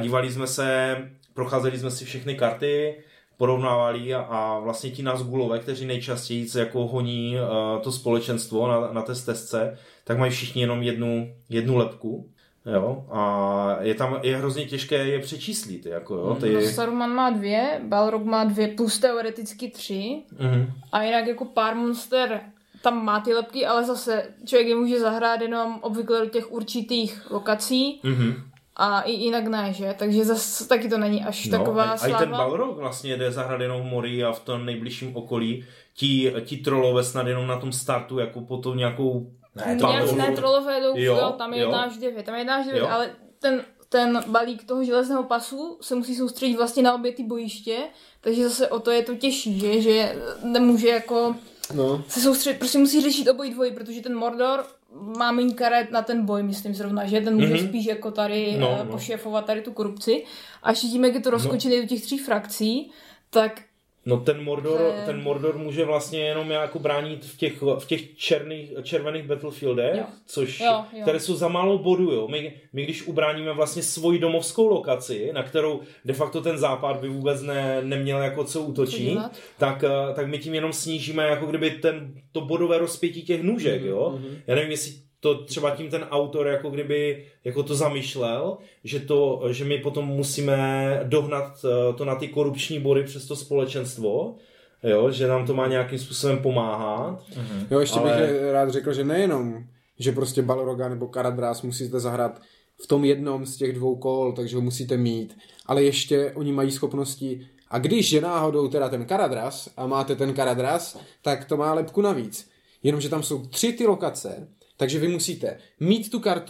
procházeli jsme si všechny karty, porovnávali a vlastně ti Nazgulové, kteří nejčastěji jako honí to společenstvo na té stezce, tak mají všichni jenom jednu lebku. Jo? A je hrozně těžké je přečíslit. Jako, jo? Saruman má 2, Balrog má 2 plus teoreticky 3 a jinak jako pár monster tam má ty lebky, ale zase člověk je může zahrát jenom obvykle do těch určitých lokací. A i jinak ne, že? Takže zase taky to není až taková sláva. A i ten Balrog vlastně jde zahrát jenom v Morii a v tom nejbližším okolí. Ti trollové snad jenom na tom startu, jako po tou nějakou... Ne, trollové jdou, tam je 1 až 9, ale ten balík toho železného pasu se musí soustředit vlastně na obě ty bojiště, takže zase o to je to těžší, že nemůže jako se soustředit, prostě musí řešit obojí dvojí, protože ten Mordor má méně karet na ten boj, myslím zrovna, že ten může spíš jako tady pošéfovat tady tu korupci a ještě tím, jak je to rozkočený do těch 3 frakcí, tak no ten Mordor může vlastně jenom jako bránit v těch červených battlefieldech, které jsou za málo bodů. Jo. My když ubráníme vlastně svoji domovskou lokaci, na kterou de facto ten západ by vůbec neměl jako co útočit, tak my tím jenom snížíme jako kdyby to bodové rozpětí těch nůžek. Jo. Já nevím, jestli to třeba tím ten autor jako kdyby jako to zamýšlel, že my potom musíme dohnat to na ty korupční body přes to společenstvo, jo, že nám to má nějakým způsobem pomáhat. Jo, ještě bych rád řekl, že nejenom, že prostě Balroga nebo Karadrás musíte zahrát v tom jednom z těch 2 kol, takže ho musíte mít, ale ještě oni mají schopnosti a když je náhodou teda ten Karadrás a máte ten Karadrás, tak to má lebku navíc. Jenomže tam jsou 3 ty lokace, takže vy musíte mít tu kartu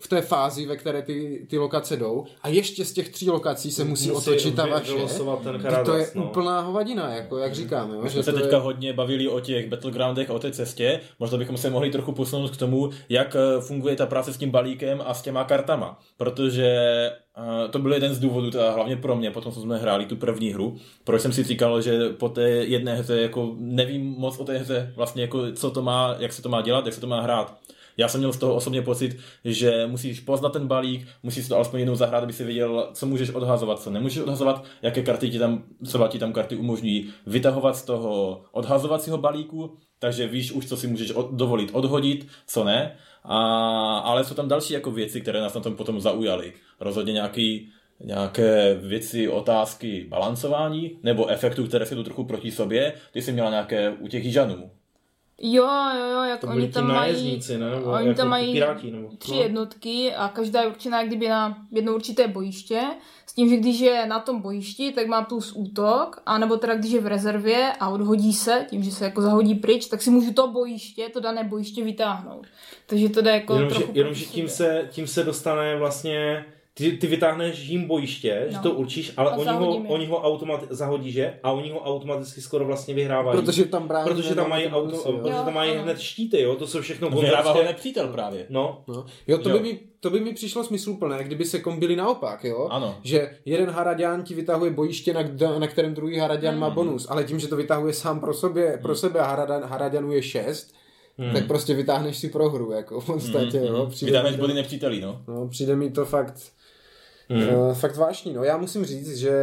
v té fázi, ve které ty lokace jdou a ještě z těch 3 lokací se musí otočit ta vaše. To je úplná hovadina, jako jak říkáme. My jsme se teďka hodně bavili o těch battlegroundech a o té cestě, možná bychom se mohli trochu posunout k tomu, jak funguje ta práce s tím balíkem a s těma kartama, protože to byl jeden z důvodů, teda hlavně pro mě, potom co jsme hráli tu první hru, proč jsem si říkal, že po té jedné hře jako nevím moc o té hře, vlastně jako co to má, jak se to má dělat, jak se to má hrát. Já jsem měl z toho osobně pocit, že musíš poznat ten balík, musíš to alespoň jednou zahrát, aby si věděl, co můžeš odhazovat, co nemůžeš odhazovat, jaké karty ti tam karty umožňují vytahovat z toho odhazovacího balíku, takže víš už, co si můžeš dovolit odhodit, co ne. Ale jsou tam další jako věci, které nás na tom potom zaujaly. Rozhodně nějaké věci, otázky balancování nebo efektů, které se jdou trochu proti sobě. Ty jsi měla nějaké u těch Jižanů. Jo, jak to oni tam mají, oni jako tam mají piráti, nebo 3 jednotky a každá je určená jak kdyby na jedno určité bojiště, s tím, že když je na tom bojišti, tak má plus útok, anebo teda když je v rezervě a odhodí se, tím, že se jako zahodí pryč, tak si můžu to dané bojiště vytáhnout. Takže to jde jako jenomže tím se dostane vlastně. Ty vytáhneš jim bojiště, že to určíš, ale oni ho zahodí, že? A oni ho automaticky skoro vlastně vyhrávají. Protože tam mají hned štíty, jo? To jsou všechno vyhrává ho nepřítel právě. No. Jo, to by mi přišlo smysluplné, kdyby se kombili naopak, jo? Ano. Že jeden Haraďan ti vytahuje bojiště, na kterém druhý Haraďan má bonus, ale tím, že to vytahuje sám pro sebe a Haraďanů je 6, tak prostě vytáhneš si prohru, jako v podstatě, jo? Vytáhneš body nepřítelí, no. No, přijde mi to fakt zvláštní. No, já musím říct, že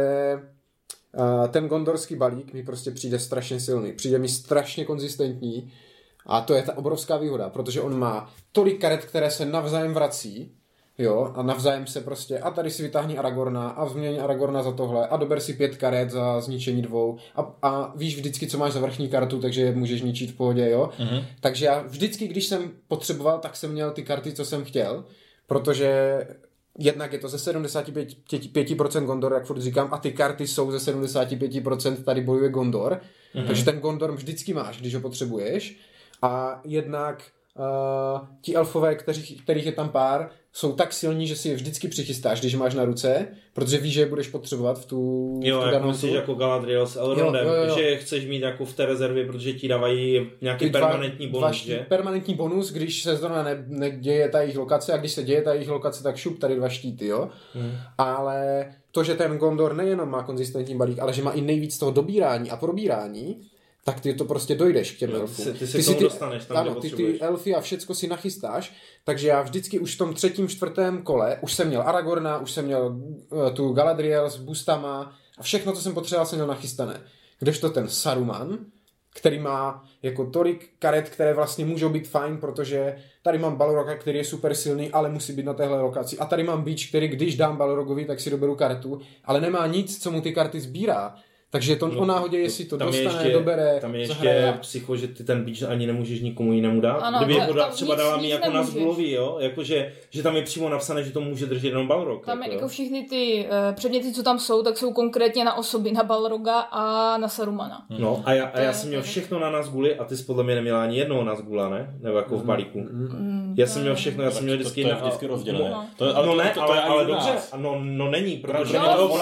ten gondorský balík mi prostě přijde strašně silný. Přijde mi strašně konzistentní a to je ta obrovská výhoda, protože on má tolik karet, které se navzájem vrací, jo, a navzájem se prostě, a tady si vytáhni Aragorna a změň Aragorna za tohle a dober si 5 karet za zničení 2 a víš vždycky, co máš za vrchní kartu, takže je můžeš ničit v pohodě, jo. Takže já vždycky, když jsem potřeboval, tak jsem měl ty karty, co jsem chtěl, protože jednak je to ze 75% Gondor, jak furt říkám, a ty karty jsou ze 75% tady bojuje Gondor, takže ten Gondor vždycky máš, když ho potřebuješ. A jednak ti elfové, kterých je tam pár, jsou tak silní, že si je vždycky přichystáš, když máš na ruce, protože víš, že je budeš potřebovat v tu jako myslíš jako Galadriel s Elrondem, že je chceš mít jako v té rezervě, protože ti dávají nějaký permanentní bonus, že? Permanentní bonus, když se zrovna neděje ta jejich lokace, a když se děje ta jejich lokace, tak šup, tady 2 štíty, jo? Ale to, že ten Gondor nejenom má konzistentní balík, ale že má i nejvíc toho dobírání a probírání, tak ty to prostě dojdeš k těm elfům. Ty se k tomu dostaneš tam, ano, ty elfy a všecko si nachystáš, takže já vždycky už v tom 3., 4. kole už jsem měl Aragorna, už jsem měl tu Galadriel s boostama a všechno, co jsem potřeboval, jsem měl nachystané. Kdežto ten Saruman, který má jako tolik karet, které vlastně můžou být fajn, protože tady mám Balroga, který je super silný, ale musí být na téhle lokaci. A tady mám Beach, který když dám Balrogovi, tak si doberu kartu, ale nemá nic, co mu ty karty sbírá. Takže to o náhodě, jestli to dostane, dobere, tam je ještě psycho, že ty ten beach ani nemůžeš nikomu jinému dát. Ano, kdyby ho třeba dala mi jako na Nazgulovi, jo? Jakože, že tam je přímo napsané, že to může držet jenom Balrog. Tam jako všechny ty předměty, co tam jsou, tak jsou konkrétně na osoby, na Balroga a na Sarumana. No a já jsem měl všechno na Nazguli a ty jsi podle mě neměla ani jednoho Nazgula, ne? Nebo jako v balíku. Já jsem měl všechno, já jsem měl vždycky to je vždycky rozdělené. Ale dobře, no není, protože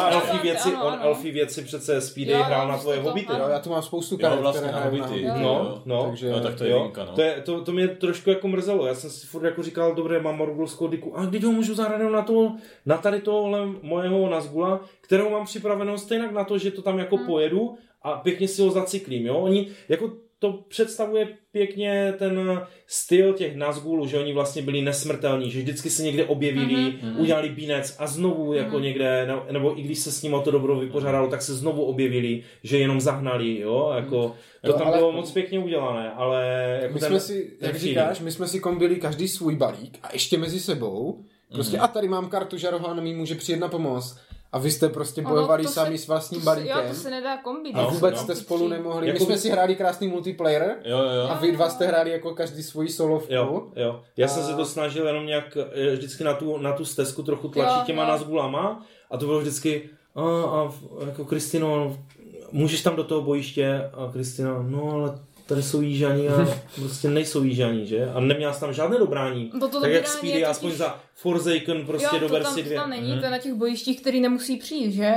elfí věci přece Speedy hrál na tvoje hobity. Jo, já tu mám spoustu karet, které hraju na hobity. Tak to je výjimka, no. To mě trošku jako mrzelo. Já jsem si furt jako říkal, dobré, mám Morgulskou diku, a když ho můžu zahrát na tady tohle mojeho Nazgula, kterou mám připravenou stejně na to, že to tam jako pojedu a pěkně si ho zacyklím, jo. Oni jako to představuje pěkně ten styl těch Nazgulů, že oni vlastně byli nesmrtelní, že vždycky se někde objevili, udělali bínec a znovu jako někde, nebo i když se s ním to dobro vypořádalo, tak se znovu objevili, že jenom zahnali, jo, jako to tam bylo moc pěkně udělané, ale jako my jsme si, jak říkáš, my jsme si kombili každý svůj balík a ještě mezi sebou, prostě a tady mám kartu, že Rohan mi může přijet na pomoc. A vy jste prostě bojovali sami s vlastním balíkem. Jo, to se nedá kombinovat. A vůbec jste spolu nemohli. Jako my jsme si hráli krásný multiplayer. Jo. A vy dva jste hráli jako každý svoji solovku. Jo. Já jsem se to snažil jenom nějak vždycky na tu stezku trochu tlačit těma Nazgulama. A to bylo vždycky jako Kristino, můžeš tam do toho bojiště? A Kristina, no ale tady jsou jížaní a prostě nejsou jížaní, že? A neměla jsi tam žádné dobrání. Tak jak Speedy aspoň za Forsaken prostě do versi 2. Jo, to tam není, to je na těch bojištích, který nemusí přijít, že?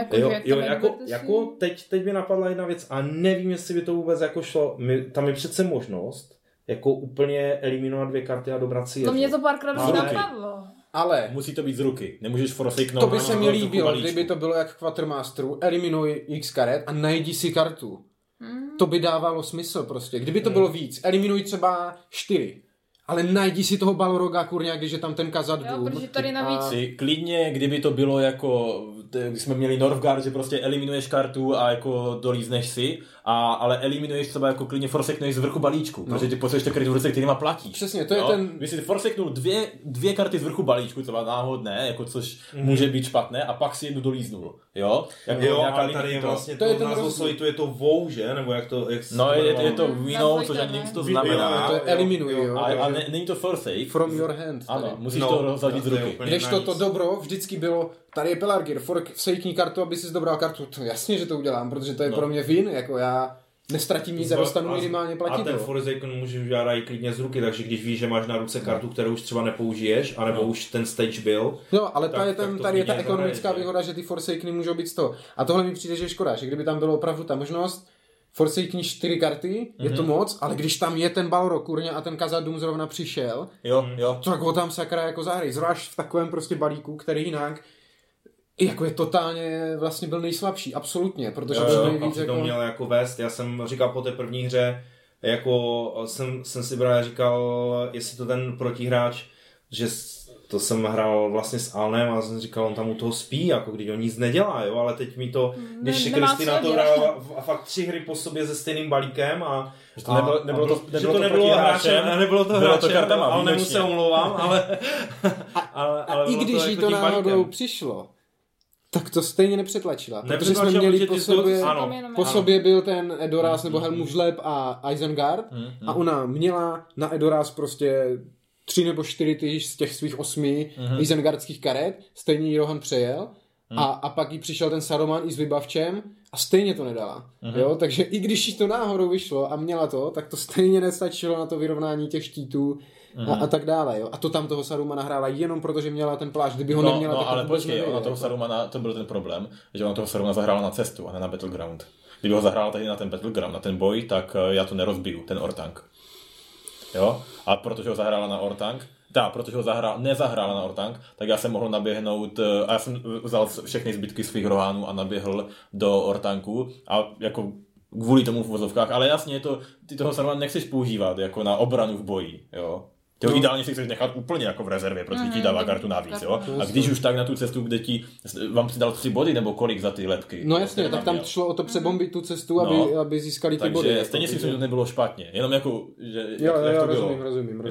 Jako teď mi napadla jedna věc a nevím, jestli by to vůbec jako šlo. Tam je přece možnost jako úplně eliminovat 2 karty a dobrat si je. No mě to párkrát už napadlo. Ale musí to být z ruky, nemůžeš forsakenou. To by se mi líbilo, kdyby to bylo jak v Quartermasteru, eliminuj x karet a najdi si kartu. To by dávalo smysl prostě. Kdyby to bylo víc, eliminuj třeba 4. Ale najdi si toho Balroga, kurňa, když je tam ten Khazad-dûm. Jo, protože tady navíc... Klidně, kdyby to bylo jako, když jsme měli Northgard, že prostě eliminuješ kartu a jako dolízneš si, ale eliminuješ třeba jako klidně forsakenuješ z vrchu balíčku, protože ty potřebuješ ty karty v ruce, kterýma platíš. Přesně, to je ten... Když si forsakenul dvě karty z vrchu balíčku, třeba náhodné, jako což může být špatné, a pak si jednu dolíznul. Jo, ale tady je vlastně to názvoslovitu, je to vou, že? Nebo jak to... je to winou, což ani nic to znamená. To je eliminuj, jo. A není to forsake. From your hand. Ano, musíš to rozhodit z ruky. Když to dobro vždycky bylo, tady je Pelargir, forsakení kartu, aby si dobral kartu. To jasně, že to udělám, protože to je pro mě win, jako já nestratím nic a dostanu minimálně platidlo. A ten Forsaken můžeš udělat i klidně z ruky, takže když víš, že máš na ruce kartu, kterou už třeba nepoužiješ, anebo už ten stage byl. No, ale tady je ta ekonomická výhoda, že ty Forsakeny můžou být z toho. A tohle mi přijde, že je škoda, že kdyby tam bylo opravdu ta možnost, Forsaken 4 karty, je to moc, ale když tam je ten Balrog, kurňa, a ten Khazad-dûm zrovna přišel, tak ho tam sakra jako zahraj. Zvlášť v takovém prostě balíku, který jinak jako je totálně vlastně byl nejslabší, absolutně, protože byl nejvíc jako... to měl jako vést, já jsem říkal po té první hře, jako jsem si právě říkal, jestli to ten protihráč, že to jsem hrál vlastně s Alnem a jsem říkal, on tam u toho spí, jako když on nic nedělá, jo, ale teď mi to, když Kristina to hrála a fakt 3 hry po sobě se stejným balíkem a nebylo to hráčem, ale nemu se omlouvám, ale i když jí to náhodou přišlo, tak to stejně nepřetlačila, protože jsme měli po sobě byl ten Edoras nebo Helmužleb a Isengard a ona měla na Edoras prostě 3 nebo 4 z těch svých 8 Isengardských karet, stejně jí Rohan přejel a pak jí přišel ten Saruman i s vybavčem a stejně to nedala. Jo? Takže i když jí to náhodou vyšlo a měla to, tak to stejně nestačilo na to vyrovnání těch štítů a tak dále. Jo? A to tam toho Sarumana hrála jenom proto, že měla ten plášť. Kdyby ho neměla, tak ale počkej, ona toho Sarumana, to byl ten problém, že ona toho Sarumana zahrála na cestu a ne na Battleground. Kdyby ho zahrála tady na ten Battleground, na ten boj, tak já to nerozbiju, ten Orthanc. Jo? A protože ho zahrála na Orthanc, protože ho nezahrála na Orthanc, tak já jsem mohl naběhnout, a já jsem vzal všechny zbytky svých rohánů a naběhl do Orthancu a jako kvůli tomu v vozovkách, ale jasně ty toho Sarumana nechceš používat jako na obranu v boji, jo. Ty ho ideálně si chceš nechat úplně jako v rezervě, protože ti dává kartu navíc, jo. A když už tak na tu cestu, kde vám si dal 3 body nebo kolik za ty lepky. No jasně, tak tam šlo o to přebombit tu cestu, aby získali ty body. Takže stejně si myslím, že to nebylo špatně, jenom jako, že jo, rozumím.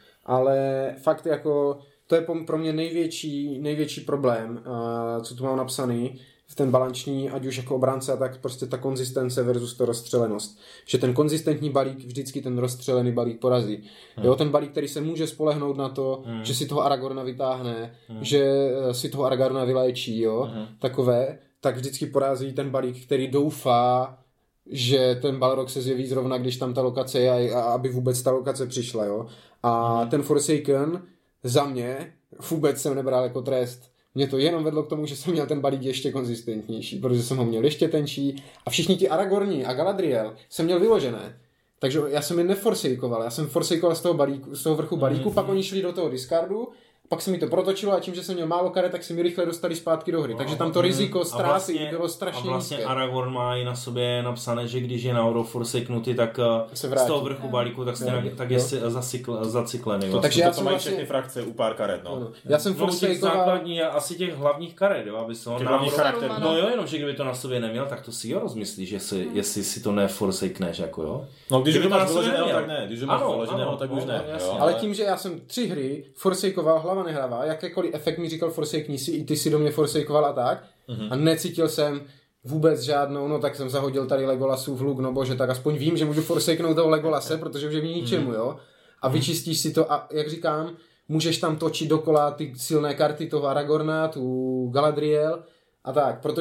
Ale fakt jako, to je pro mě největší problém, co tu mám napsaný, v ten balanční, ať už jako obránce, tak prostě ta konzistence versus ta rozstřelenost. Že ten konzistentní balík vždycky ten rozstřelený balík porazí. Jo, ten balík, který se může spolehnout na to, že si toho Aragorna vytáhne, že si toho Aragorna vyléčí, jo, takové, tak vždycky porazí ten balík, který doufá, že ten Balrog se zjeví zrovna, když tam ta lokace je a aby vůbec ta lokace přišla, jo. A ten Forsaken za mě vůbec jsem nebral jako trest. Mě to jenom vedlo k tomu, že jsem měl ten balík ještě konzistentnější, protože jsem ho měl ještě tenčí a všichni ti Aragorni a Galadriel jsem měl vyložené. Takže já jsem je neforsakoval, já jsem forsakoval z toho vrchu balíku, pak oni šli do toho discardu, pak se mi to protočilo a tím, že jsem měl málo karet, tak si mi rychle dostali zpátky do hry. Takže tam to riziko ztráty bylo strašně nízké. A vlastně Aragorn má i na sobě napsané, že když je náhodou forsaknutý, tak z toho vrchu balíku tak je zacyklený. Takže já jsem mají všechny frakce u pár karet, no. Já jsem forsakoval základní asi těch hlavních karet, jo, aby se on charakterů. No jo, jenom že kdyby to na sobě neměl, tak to si jo rozmyslíš, jestli si to neforsakneš, jako jo. No když to máš vyloženého, tak ne, když to máš vyloženého, tak už ne. Ale tím, že já jsem 3 hry forsakoval, hlava nehrává, jakýkoliv efekt mi říkal forsakni si, i ty si do mě forsakoval a tak. A necítil jsem vůbec žádnou, no tak jsem zahodil tady Legolasův luk, no bože, tak aspoň vím, že můžu forsaknout toho Legolase, protože už je mi ničemu, jo. A vyčistíš si to a jak říkám, můžeš tam točit dokola ty silné karty toho Aragorna, tu Galadriel a tak, protože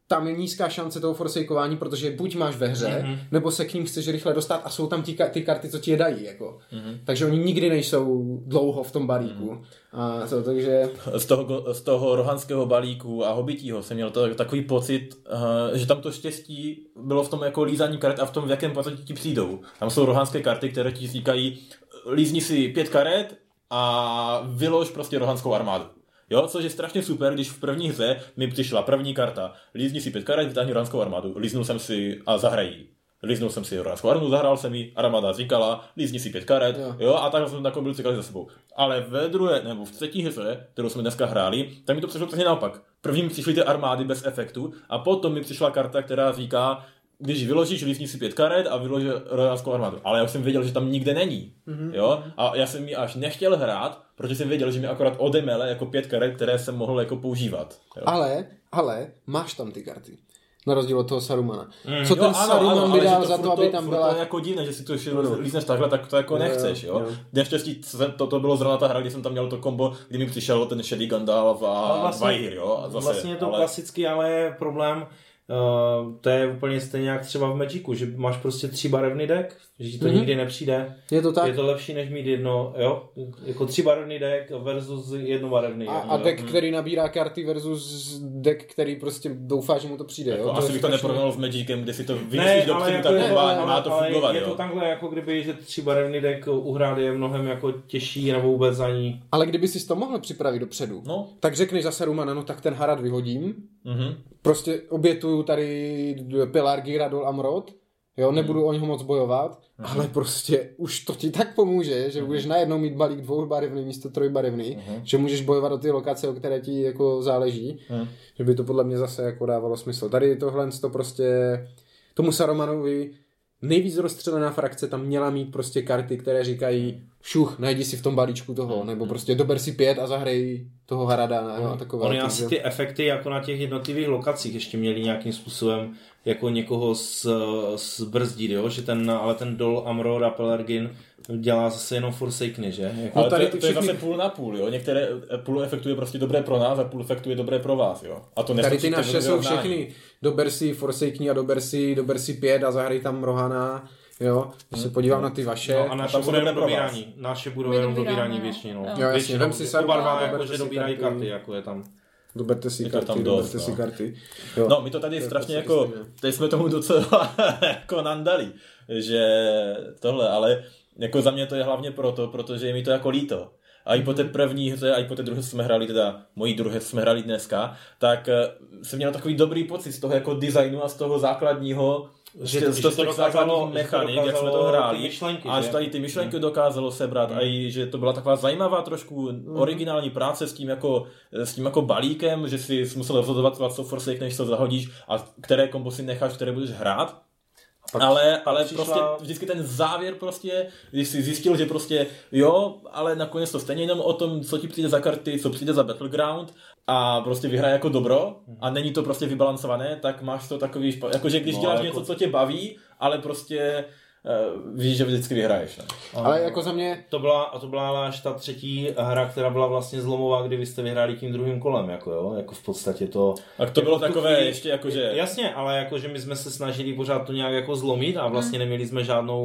tam je nízká šance toho forsakeování, protože buď máš ve hře, nebo se k ním chceš rychle dostat a jsou tam ty karty, co ti je dají. Jako. Takže oni nikdy nejsou dlouho v tom balíku. A to, takže... Z toho rohanského balíku a hobitího jsem měl takový pocit, že tam to štěstí bylo v tom jako lízání karet a v tom, v jakém podstatě ti přijdou. Tam jsou rohanské karty, které ti říkají, lízni si 5 karet a vylož prostě rohanskou armádu. Jo, což je strašně super, když v první hře mi přišla první karta. Lízni si 5 karet, vytáhni rohanskou armádu. Líznul jsem si a zahrají. Líznul jsem si rohanskou armádu, zahrál jsem ji, armáda říkala, lízni si 5 karet, jo, a tak jsme takový byli cikali za sebou. Ale ve druhé, nebo v třetí hře, kterou jsme dneska hráli, tak mi to přišlo přesně naopak. První mi přišly ty armády bez efektu a potom mi přišla karta, která říká, když vyložíš, lízni si 5 karet a vyloží rohanskou armádu. Ale já už jsem věděl, že tam nikde není. Jo? A já jsem ji až nechtěl hrát, protože jsem věděl, že mi akorát odemele jako 5 karet, které jsem mohl jako používat. Jo? Ale máš tam ty karty. Na rozdíl od toho Sarumana. Co ten Saruman by dal za to, aby tam byla... To je jako divné, že si to lízneš takhle, tak to jako nechceš, jo? Neštěstí, to bylo zrovna ta hra, kdy jsem tam měl to kombo, kdy mi přišel ten šedý Gandalf a Vair, jo? A zase, vlastně je to klasický, ale problém, to je úplně stejně jak třeba v Magicu, že máš prostě 3 barevný deck, že ti to nikdy nepřijde. Je to tak? Je to lepší, než mít jedno, jo? Jako 3 barevný deck versus jednobarevný. A deck, který nabírá karty versus deck, který prostě doufá, že mu to přijde. Jako jo? asi bych to neporovnal s Magicem, kde si to vymyslíš dopředu, jako tak má to fungovat. Je to takhle, jako kdyby, že 3 barevný deck uhrát je mnohem jako těžší nebo vůbec ani. Ale kdyby si to mohl připravit dopředu, tak řekneš za Sarumana, no tak ten Harad vyhodím, prostě obětuju tady Pelargir a Dol Amroth, jo, nebudu o něho moc bojovat, ale prostě už to ti tak pomůže, že budeš najednou mít balík 2barevný místo 3barevný, že můžeš bojovat o ty lokace, o které ti jako záleží, že by to podle mě zase jako dávalo smysl. Tady tohle to prostě tomu Sarumanovi nejvíc rozstřelená frakce tam měla mít prostě karty, které říkají šuch, najdi si v tom balíčku toho, nebo prostě dober si 5 a zahraj toho Harada a takové. Oni asi ty efekty jako na těch jednotlivých lokacích ještě měli nějakým způsobem jako někoho zbrzdit, jo? Že ale ten Dol Amroth a Pelargin dělá zase jenom Forsakeny, že? Jako... Ale to je zase půl na půl, jo? Některé půl efektu je prostě dobré pro nás a půl efektu je dobré pro vás, jo? A to tady ty naše jsou všechny, dober si Forsakeny a dober si 5 a zahraj tam Rohana. Jo, když se podívám na ty vaše. No a naše budou jenom dobírání. Naše budou jenom dobírání většinou. Jo, jasně, vem si Sarumana, jakože dobírají karty, jako je tam. Doberte si karty. Jo. No, my to tady strašně jako, teď jsme tomu docela jako nandali, že tohle, ale jako za mě to je hlavně protože je mi to jako líto. A i po té první hře, a i po té druhé jsme hráli, teda mojí druhé jsme hráli dneska, tak jsem měl takový dobrý pocit z toho jako designu a z toho základního, že to základních mechanik, jak jsme to hráli, a že tady ty myšlenky dokázalo sebrat a i, že to byla taková zajímavá trošku originální práce s tím jako balíkem, že si musel rozhodovat, co forsake, než to zahodíš a které kombo si necháš, které budeš hrát. Ale prostě vždycky ten závěr prostě, když si zjistil, že prostě jo, ale nakonec to stejně jenom o tom, co ti přijde za karty, co přijde za Battleground a prostě vyhraje jako dobro a není to prostě vybalancované, tak máš to takový jakože když děláš něco, co tě baví, ale prostě víš, že vždycky vyhraješ. Ne? Ale jako za mě... To byla až ta třetí hra, která byla vlastně zlomová, kdy vy jste vyhráli tím druhým kolem, jako jo, jako v podstatě to... Tak to bylo takové chvíli, ještě jakože... Jasně, ale jakože my jsme se snažili pořád to nějak jako zlomit a vlastně neměli jsme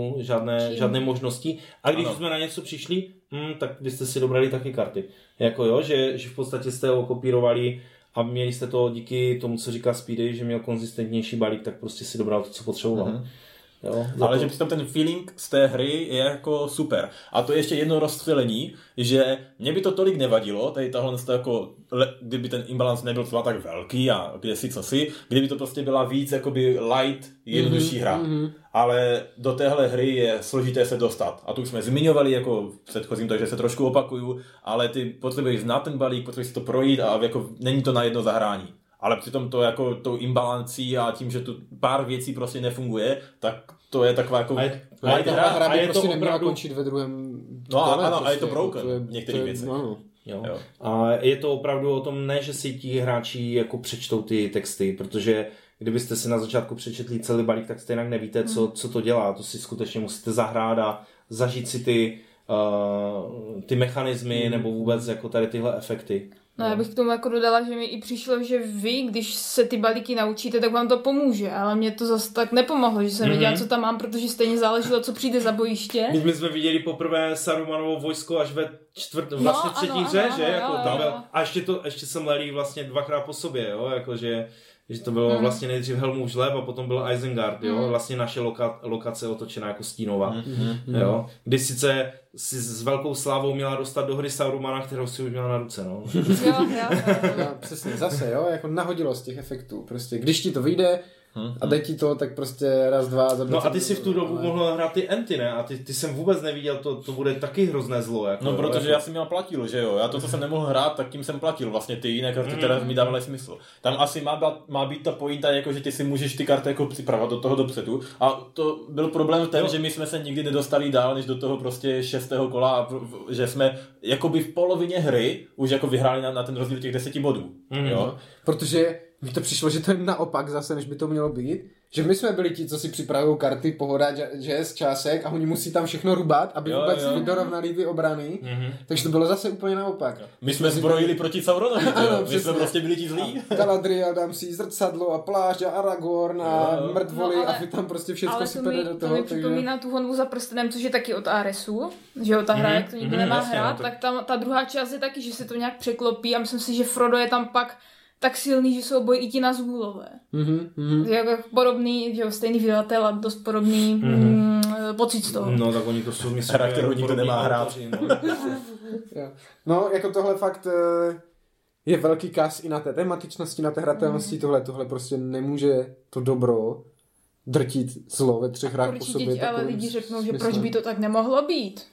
žádné možnosti a když jsme na něco přišli, tak vy jste si dobrali taky karty. Jako jo, že v podstatě jste ho kopírovali a měli jste to díky tomu, co říká Speedy, že měl konzistentnější balík, tak prostě si dobral to, co potřeboval. Jo, ale že přitom ten feeling z té hry je jako super. A to je ještě jedno rozstřelení, že mě by to tolik nevadilo, tady tahle jako, kdyby ten imbalance nebyl třeba tak velký a kde si co si, kdyby to prostě byla víc jakoby light, jednodušší hra. Ale do téhle hry je složité se dostat. A to už jsme zmiňovali jako v předchozím, takže se trošku opakuju, ale ty potřebuješ znát ten balík, potřebuješ to projít a jako není to na jedno zahrání. Ale přitom to jako tou imbalancí a tím, že tu pár věcí prostě nefunguje, tak to je taková jako... hra by prostě neměla končit ve druhém... No ano, a je to broken v některých věcech. Jo. A je to opravdu o tom, ne, že si ti hráči jako přečtou ty texty, protože kdybyste si na začátku přečetli celý balík, tak stejně nevíte, co to dělá. To si skutečně musíte zahrát a zažít si ty mechanismy nebo vůbec jako tady tyhle efekty. No já bych k tomu jako dodala, že mi i přišlo, že vy, když se ty balíky naučíte, tak vám to pomůže, ale mě to zase tak nepomohlo, že jsem věděla, co tam mám, protože stejně záleželo, co přijde za bojiště. My jsme viděli poprvé Sarumanovo vojsko až ve třetí hře, že? Jako tam byl. A ještě jsem lelí vlastně 2krát po sobě, jo, jakože že to bylo vlastně nejdřív Helmův žleb a potom byl Isengard, jo, vlastně naše lokace otočená jako stínová, jo, kdy sice si s velkou slávou měla dostat do hry Saurumana, kterou si už měla na ruce, no. Jo. No, přesně, zase, jo, jako nahodilo z těch efektů, prostě, když ti to vyjde a jde ti to, tak prostě raz, dva... No a ty si v tu dobu mohl hrát ty Enty, ne? A ty jsem vůbec neviděl, to bude taky hrozné zlo, jako. No, protože já jsem měl platil, že jo, já to, co jsem nemohl hrát, tak tím jsem platil, vlastně ty jiné karty, které mi dávaly smysl. Tam asi má být ta pointa, jako že ty si můžeš ty karty jako připravovat do toho dopředu a to byl problém v tom, že my jsme se nikdy nedostali dál, než do toho prostě 6. kola a že jsme jakoby v polovině hry už jako vyhráli na ten rozdíl těch 10 bodů, jo. Protože mi to přišlo, že to je naopak zase, než by to mělo být. Že my jsme byli ti, co si připravují karty, pohoda, jazz, čásek a oni musí tam všechno rubat, aby vůbec dorovnali ty obrany. Takže to bylo zase úplně naopak. My jsme zbrojili proti Sauronovi, my jsme prostě byli ti zlí. Galadriel, dám si zrcadlo a plášť a Aragorn a mrtvoly a vy tam prostě všechno si pede do toho. Ale to mi připomíná tu honbu za prstenem, což je taky od Aresu, že jo, ta hra, jak to nikdo nemá hrát, tak tam ta druhá část je taky, že se to nějak překlopí a myslím si, že Frodo je tam pak tak silný, že jsou bojí i ti Nazgûlové. Jako podobný, že jo, stejný vydatel a dost podobný pocit z toho. No tak oni to jsou myslím, charakteru nikdo nemá hrát. No, jako tohle fakt je velký kas i na té tematičnosti, na té hratelnosti, tohle prostě nemůže to dobro drtit zlo ve 3 hrách po sobě. Ale lidi řeknou, že proč by to tak nemohlo být.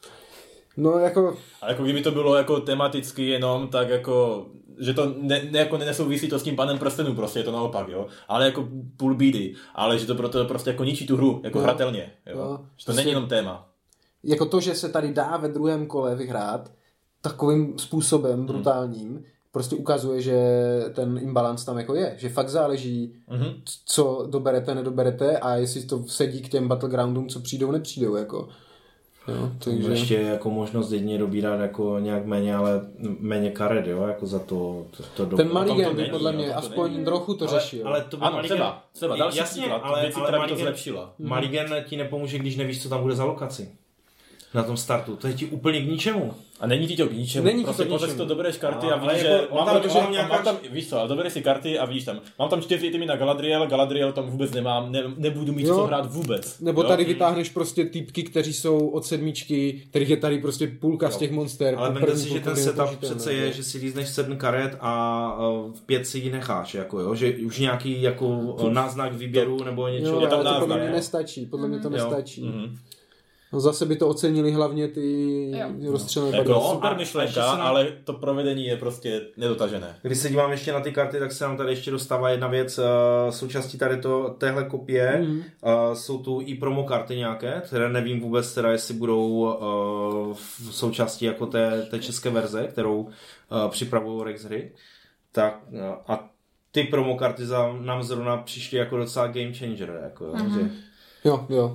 No jako... A jako kdyby to bylo jako tematicky jenom, tak jako, že to jako nesouvisí to s tím Panem prstenů, prostě je to naopak, jo. Ale jako půl bídy, ale že to proto prostě jako ničí tu hru, jako hratelně, jo. Že to prostě není jenom téma. Jako to, že se tady dá ve druhém kole vyhrát takovým způsobem brutálním, prostě ukazuje, že ten imbalance tam jako je, že fakt záleží, co doberete, nedoberete a jestli to sedí k těm battlegroundům, co přijdou, nepřijdou, jako. Jo, takže... Ještě jako možnost jedině dobírat jako nějak méně, ale méně karet, jo, jako za to ten Mulligan by podle mě aspoň trochu to řešil. Ale to by ano, třeba další jasně, příklad, ale která by to zlepšila. Mulligan ti nepomůže, když nevíš, co tam bude za lokaci. Na tom startu. To je ti úplně k ničemu. A není ti to k ničemu. Není prostě to k ničemu. to dobereš karty a vidíš, jako, že mám tam, víš co, ale dobereš si karty a vidíš tam, mám tam 4 týmy na Galadriel tam vůbec nemám, nebudu mít co hrát vůbec. Nebo tady vytáhneš prostě týpky, kteří jsou od 7, kterých je tady prostě půlka z těch monster. Ale vemte si, že ten setup přece je, že si lízneš 7 karet a v 5 si ji necháš, jako jo, že už nějaký jako náznak výběru nebo něčeho. Jo, ale to podle mě nestačí, nestačí. No zase by to ocenili hlavně ty rozstřelené barvy. Jako super myšlenka, ale to provedení je prostě nedotažené. Když se dívám ještě na ty karty, tak se nám tady ještě dostává jedna věc. Součástí tady téhle kopie jsou tu i promo karty nějaké, které nevím vůbec teda, jestli budou v součástí jako té české verze, kterou připravují Rex hry. Tak a ty promo karty nám zrovna přišly jako docela game changer. Jako, že... Jo.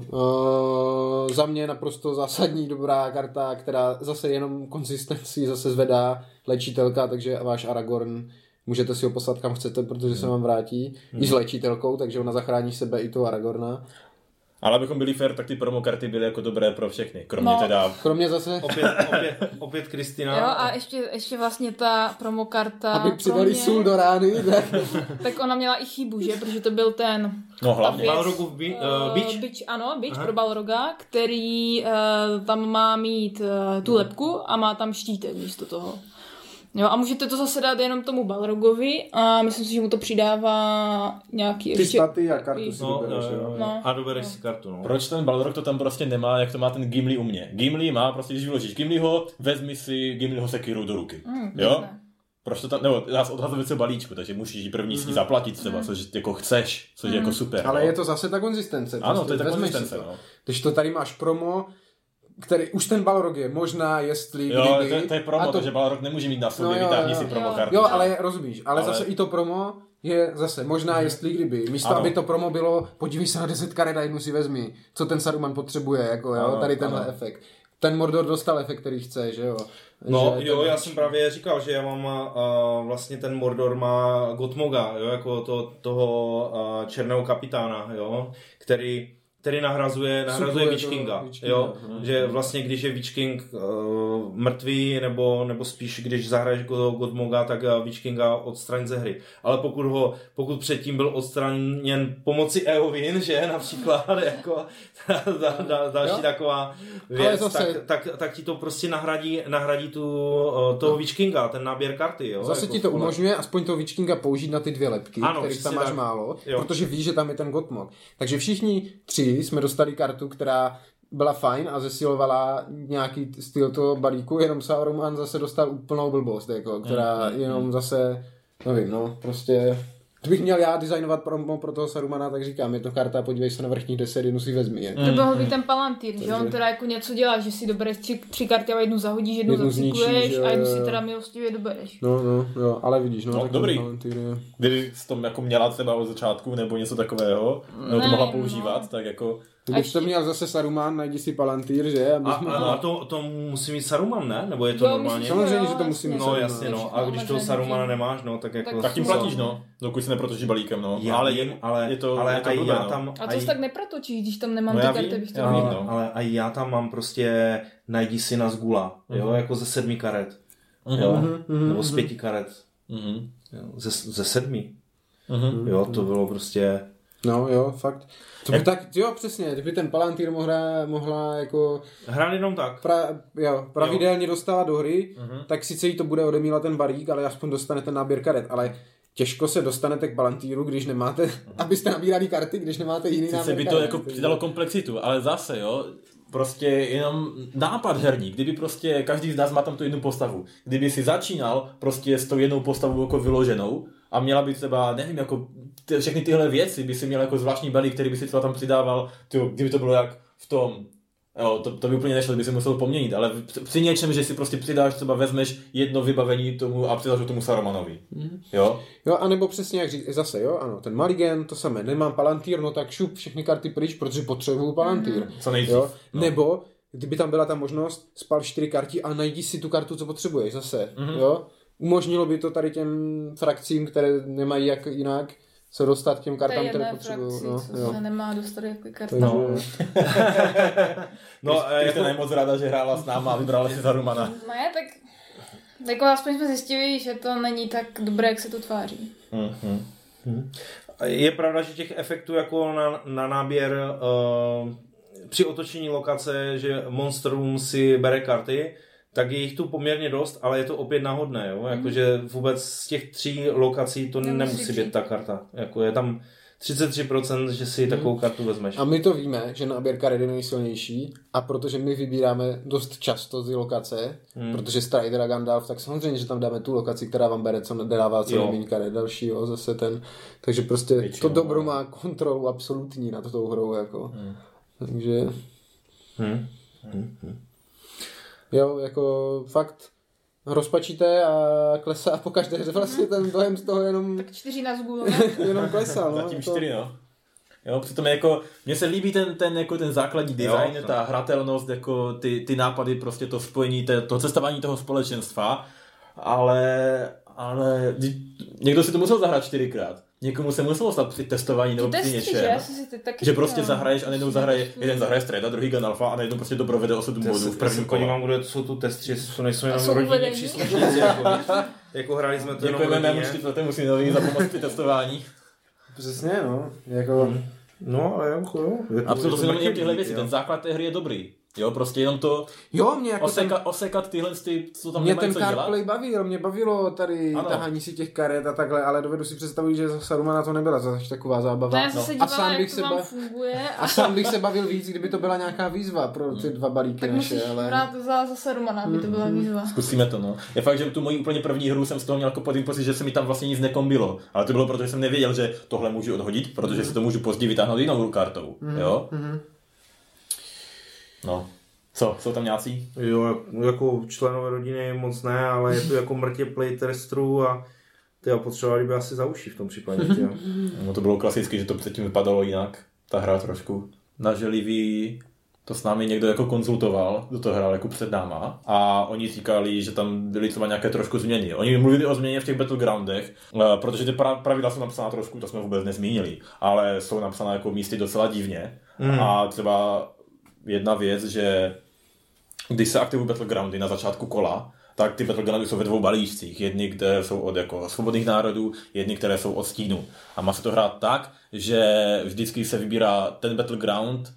Za mě naprosto zásadní dobrá karta, která zase jenom konzistenci zase zvedá léčitelka, takže váš Aragorn můžete si ho poslat kam chcete, protože se vám vrátí. I s léčitelkou, takže ona zachrání sebe i toho Aragorna. Ale abychom byli fair, tak ty promokarty byly jako dobré pro všechny. Kromě zase... Opět Kristina. Jo, a ještě vlastně ta promokarta... Aby přidali sůl do rány. Tak ona měla i chybu, že? Protože to byl ten... No hlavně. Balrogův bič? Ano, bič pro Balroga, který tam má mít tu lebku a má tam štítek místo toho. Jo, a můžete to zase dát jenom tomu Balrogovi a myslím si, že mu to přidává nějaký ty staty a kartu si dobereš, a dobereš si kartu, no. Proč ten Balrog to tam prostě nemá, jak to má ten Gimli u mě? Gimli má prostě, když vyložíš Gimliho, vezmi si Gimliho sekiru do ruky. Jo? Ne. Proč to tam, nebo dá se odhazovat se balíčku, takže musíš první si zaplatit třeba, což jako chceš, což je jako super. Ale je to zase ta konzistence. Ano, to je ta konzistence, no. Když to tady máš promo, který už ten Balrog je, možná jestli kdyby... To je promo, takže Balrog nemůže mít na sobě, vytáhni si promo kartu. Jo, ale rozumíš, ale zase i to promo je zase možná jestli kdyby. Místo, aby to promo bylo, podívej se na 10 karet a jednu si vezmi, co ten Saruman potřebuje, jako jo, tady tenhle efekt. ten Mordor dostal efekt, který chce, že jo? No že jo, já jsem právě říkal, že já mám vlastně ten Mordor má Gottmoga, jo, jako toho černého kapitána, jo, který nahrazuje Witch Kinga, jo, že vlastně když je Witch King mrtvý, nebo spíš když zahraješ Gottmoga, tak Witch Kinga odstraň ze hry. Ale pokud předtím byl odstraněn pomocí Eowyn, že například, jako další taková věc, tak ti to prostě nahradí toho Witch Kinga, ten náběr karty, jo. Zase jako ti to umožňuje aspoň toho Witch Kinga použít na ty 2 lebky, kterých tam máš tak málo, jo. Protože víš, že tam je ten Gottmog. Takže všichni 3 jsme dostali kartu, která byla fajn a zesilovala nějaký styl toho balíku, jenom Saruman zase dostal úplnou blbost, jako, která jenom zase, nevím, no, prostě... Kdybych měl já designovat promo pro toho Sarumana, tak říkám, je to karta, podívej se na vrchních 10, jednu si vezmi. To by mohl být ten Palantír, že on teda jako něco dělá, že si dobereš 3 karty a jednu zahodíš, jednu zacykluješ a jednu si teda milostivě dobereš. No, ale vidíš, no tak dobrý. Kdyby jsi to jako měla třeba od začátku nebo něco takového, nebo to mohla používat, tak jako... Když to měl zase Saruman, najdi si Palantír, že? A to musí mít Saruman, ne? Nebo je to normálně? Samozřejmě, že to musí mít Saruman. No jasně, no. A když toho Sarumana nemáš, no, tak jako... Tak tím platíš, no. Dokud si neprotočíš balíkem, no. Ale je to já tam... A to tak neprotočíš, když tam nemám ty karty, bych to no. Ale a já tam mám prostě najdi si na Zgula, jo, jako ze 7 karet. Jo, nebo z 5 karet. Ze 7. Jo, to bylo prostě... No jo, fakt. Tak jo, přesně, kdyby ten Palantír mohla jako... Hrát jenom tak. Pravidelně dostávat do hry, tak sice jí to bude odemílat ten balík, ale aspoň dostane ten náběr karet, ale těžko se dostanete k Palantíru, když nemáte, abyste nabírali karty, když nemáte jiný náběr karet. Sice by to jako přidalo komplexitu, ale zase jo, prostě jenom nápad herní, kdyby prostě každý z nás má tam tu jednu postavu, kdyby si začínal prostě s tou jednou postavou jako vyloženou a měla by třeba, nevím, jako všechny tyhle věci by si měl jako zvláštní balík, který by si třeba tam přidával, kdyby to bylo jak v tom, jo, to by úplně nešlo, by si musel poměnit, ale při něčem, že si prostě přidáš, třeba vezmeš jedno vybavení tomu a přidáš tomu Sarumanovi, jo? Jo, anebo přesně jak říct, zase, jo, ano, ten Maligen, to samé, nemám Palantír, no tak šup všechny karty pryč, protože potřebuju Palantír. Co nejdřív. Jo? No. Nebo, kdyby tam byla ta možnost, spal 4 karty a najdi si tu kartu, co potřebuješ, zase, jo? Umožnilo by to tady těm frakcím, které nemají jak jinak, se dostat k těm kartám, které potřebují. No, se nemá dostat jako karta. No, ty jste nejmoc ráda, že hrála s náma a vybrala si Sarumana. Ne, tak jako aspoň jsme zjistili, že to není tak dobré, jak se to tváří. Je pravda, že těch efektů jako na náběr při otočení lokace, že Monster Room si bere karty, tak je jich tu poměrně dost, ale je to opět náhodné, jo? Jakože vůbec z těch 3 lokací to nemusí být ta karta. Jako je tam 33%, že si takovou kartu vezmeš. A my to víme, že náběr karet je nejsilnější a protože my vybíráme dost často ty lokace, protože Strider a Gandalf, tak samozřejmě, že tam dáme tu lokaci, která vám bere, co nedává co nejméně karet, další, jo, zase ten. Takže prostě většinou, to dobro má kontrolu absolutní nad tou hrou, jako. Takže... Jo, jako fakt rozpačíte a klesá po každé hře vlastně ten dojem z toho jenom... Tak 4 na zgůl, jenom klesá, no. Zatím 4, no. Jo, přitom jako, mně se líbí ten základní design, ta hratelnost, jako ty nápady, prostě to spojení, to cestování toho společenstva, ale někdo si to musel zahrát 4krát. Někomu se muselo stát při testování nebo při něčem. Že prostě zahraješ a najednou jeden zahraje Streda, druhý Gandalfa a najednou prostě to provede 8 bodů v prvním kole. Podívám, kdo jsou tu testři, to nejsou jenom rodinní příslušníci. Jako hráli jsme to jenom rodině. Děkujeme mému čtvrtému synovi za pomoc při testování. Přesně, no. Jako... No, ale jako jo. A to jsou jenom tyhle věci, ten základ té hry je dobrý. Jo, prostě jenom to mě jako osekat tyhle, co tam mě nemají co dělat. Mě ten cardplay bavil, mě bavilo tady tahání si těch karet a takhle, ale dovedu si představit, že Sarumana to nebyla zase taková zábava. A sám bych se funguje. A sám bych se bavil víc, kdyby to byla nějaká výzva pro ty 2 balíky tak naše. Tak musíš hrát za Sarumana, aby to byla výzva. Zkusíme to, no. Je fakt, že tu moji úplně první hru jsem z toho měl jako pocit, že se mi tam vlastně nic nekombilo. Ale to bylo proto, že jsem nevěděl, že tohle můžu odhodit, protože si to můžu později vytáhnout jinou kartou. Jo? No. Co? Jsou tam nějací? Jo, jako členové rodiny moc ne, ale je to jako mrtě playtesterů a potřebovali by asi za uši v tom případě. No to bylo klasicky, že to předtím vypadalo jinak, ta hra trošku naželivý, to s námi někdo jako konzultoval, kdo to hrál jako před náma a oni říkali, že tam byly třeba nějaké trošku změny. Oni mluvili o změně v těch Battlegroundech, protože ty pravidla jsou napsaná trošku, to jsme vůbec nezmínili, ale jsou napsaná jako místy docela divně. A třeba jedna věc, že když se aktivují Battlegroundy na začátku kola, tak ty Battlegroundy jsou ve 2 balíčcích. Jedny, které jsou od jako svobodných národů, jedny, které jsou od stínu. A má se to hrát tak, že vždycky se vybírá ten Battleground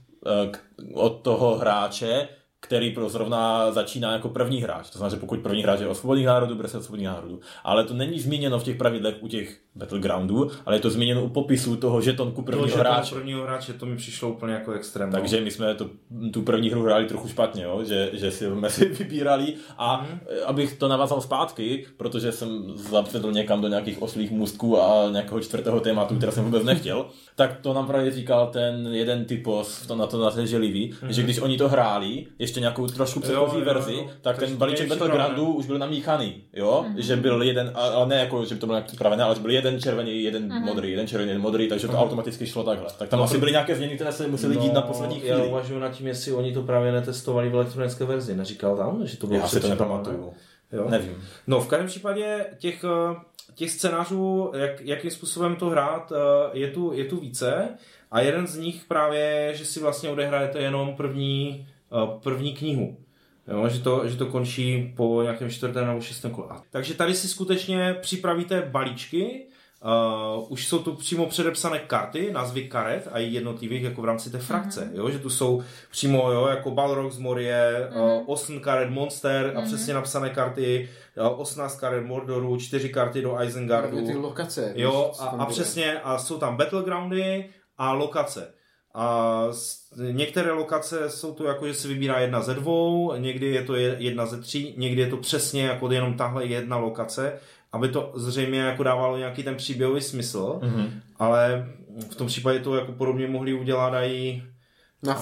od toho hráče, který zrovna začíná jako první hráč. To znamená, že pokud první hráč je od svobodných národů, bude se od svobodných národů. Ale to není zmíněno v těch pravidlech u těch Battlegroundů, ale je to zmíněno u popisu toho žetonku prvního hráče. To mi přišlo úplně jako extrém. Takže my jsme tu první hru hráli trochu špatně, jo? Že jsme si vybírali a abych to navázal zpátky, protože jsem zapředl někam do nějakých oslých můstků a nějakého 4. tématu, které jsem vůbec nechtěl, tak to nám právě říkal ten jeden typos na té želivý, že když oni to hráli, ještě nějakou trošku předchozí verzi, tak ten balíček Battlegroundů už byl namíchaný, jo? Že byl jeden, ale ne jako, že by to bylo nějak připravené, ale že byl jeden červený, jeden modrý, jeden červený, jeden modrý, takže to automaticky šlo takhle. Tak tam asi byly nějaké změny, které se musely dít na poslední chvíli. Já uvažuji nad tím, jestli oni to právě netestovali v elektronické verzi. Neříkal tam, že to bylo. Já si to nepamatuju. Nevím. No, v každém případě těch scénářů, jakým způsobem to hrát, je tu více. A jeden z nich právě, že si vlastně odehrajete jenom první knihu. Jo, že to končí po nějakém 4. nebo 6. kole. Takže tady si skutečně připravíte balíčky, už jsou tu přímo předepsané karty, názvy karet a jednotlivých jako v rámci té frakce, jo, že tu jsou přímo jako Balrog z Morie, 8 karet Monster a přesně napsané karty, 18 karet Mordoru, 4 karty do Isengardu. Ty lokace. Jo, a přesně, a jsou tam Battlegroundy a lokace. A některé lokace jsou to jako, že se vybírá 1 ze 2, někdy je to 1 ze 3, někdy je to přesně jako jenom tahle jedna lokace, aby to zřejmě jako dávalo nějaký ten příběhový smysl, ale v tom případě to jako podobně mohli udělat i na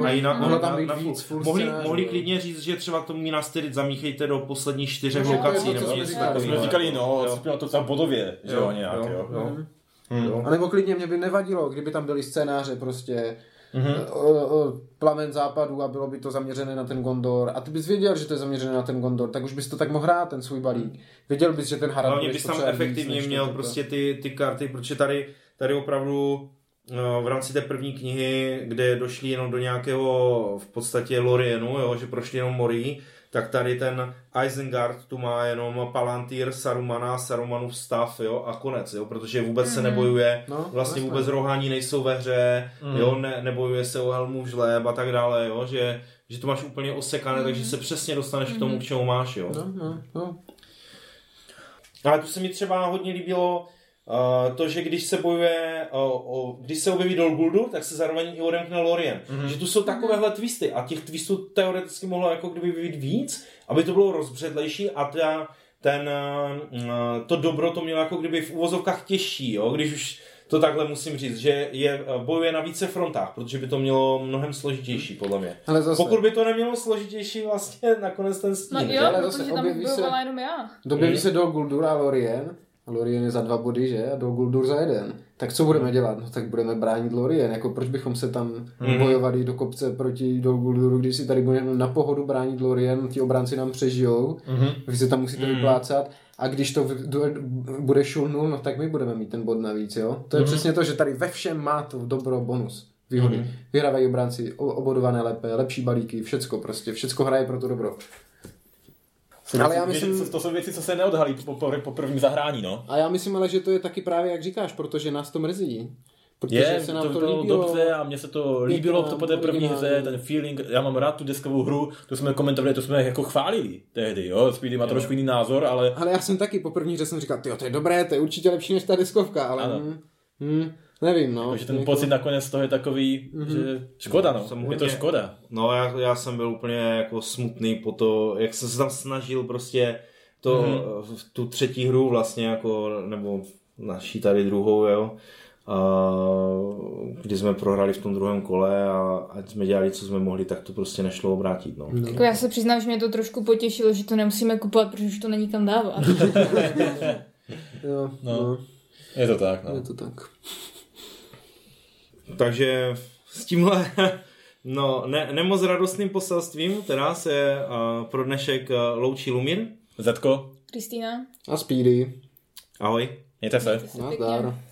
full. Mohli klidně říct, že třeba to Minas Tirith zamíchejte do posledních 4 lokací, nebo něco takového. Jsme říkali, to tam bodově, že jo, nějak, jo. A nebo klidně mě by nevadilo, kdyby tam byly scénáře prostě Plamen západu a bylo by to zaměřené na ten Gondor a ty bys věděl, že to je zaměřené na ten Gondor, tak už bys to tak mohl hrát, ten svůj balík. Věděl bys, že ten Harald... Hlavně bys tam efektivně měl prostě ty karty, protože tady opravdu v rámci té první knihy, kde došli jenom do nějakého v podstatě Lorienu, jo, že prošli jenom Morii, tak tady ten Isengard tu má jenom Palantír, Sarumana, Sarumanův stav, jo, a konec, jo, protože vůbec se nebojuje, vlastně vůbec rohání nejsou ve hře, jo, nebojuje se o helmu žléb a tak dále, jo, že to máš úplně osekané, takže se přesně dostaneš k tomu, k čemu máš, jo. Ale tu se mi třeba hodně líbilo to, že když se bojuje, když se objeví Dol Guldur, tak se zároveň i odemkne Lorien. Že tu jsou takovéhle twisty a těch twistů teoreticky mohlo jako kdyby být víc, aby to bylo rozbředlejší a to dobro to mělo jako kdyby v uvozovkách těžší, jo? Když už to takhle musím říct, že bojuje na více frontách, protože by to mělo mnohem složitější, podle mě. Ale zase... Pokud by to nemělo složitější, vlastně nakonec ten stín. No jo, ale protože tam bojovala jenom já. Dobjeví se Dol Guldur a Lorien. Lorien je za 2 body, že? A Dol Guldur za 1. Tak co budeme dělat? No tak budeme bránit Lorien. Jako proč bychom se tam bojovali do kopce proti Dol Gulduru, když si tady budeme na pohodu bránit Lorien, ti obránci nám přežijou, vy se tam musíte vyplácat a když to bude šulnul, no tak my budeme mít ten bod navíc, jo? To je přesně to, že tady ve všem má to dobro bonus. Výhody. Vyhrávají obránci, obodované lépe, lepší balíky, všecko hraje pro to dobro. Ale já myslím, to jsou věci, co se neodhalí po prvním zahrání, no. A já myslím ale, že to je taky právě, jak říkáš, protože nás to mrzí. Protože se nám to bylo dobře a mně se to líbilo po té první hře, ten feeling, já mám rád tu deskovou hru, to jsme komentovali, to jsme jako chválili tehdy, jo, Speedy má trošku jiný názor, ale... Ale já jsem taky po první hře jsem říkal, tyjo, to je dobré, to je určitě lepší než ta deskovka, ale... Nevím, no. Takže ten pocit nakonec z toho je takový, že škoda, no. Je to škoda. No, já jsem byl úplně jako smutný po to, jak jsem se tam snažil prostě tu třetí hru vlastně jako, nebo naší tady druhou, jo. Kdy jsme prohrali v tom druhém kole a ať jsme dělali, co jsme mohli, tak to prostě nešlo obrátit, no. Jako já se přiznám, že mě to trošku potěšilo, že to nemusíme kupovat, protože už to není kam dávat. Jo, no. Je to tak, no. Je to tak. Takže s tímhle No, nemoc radostným poselstvím teda se pro dnešek loučí Lumír. Zetko. Kristýna. A Speedy. Ahoj. Mějte se. Mějte se pěkně. Nazdar.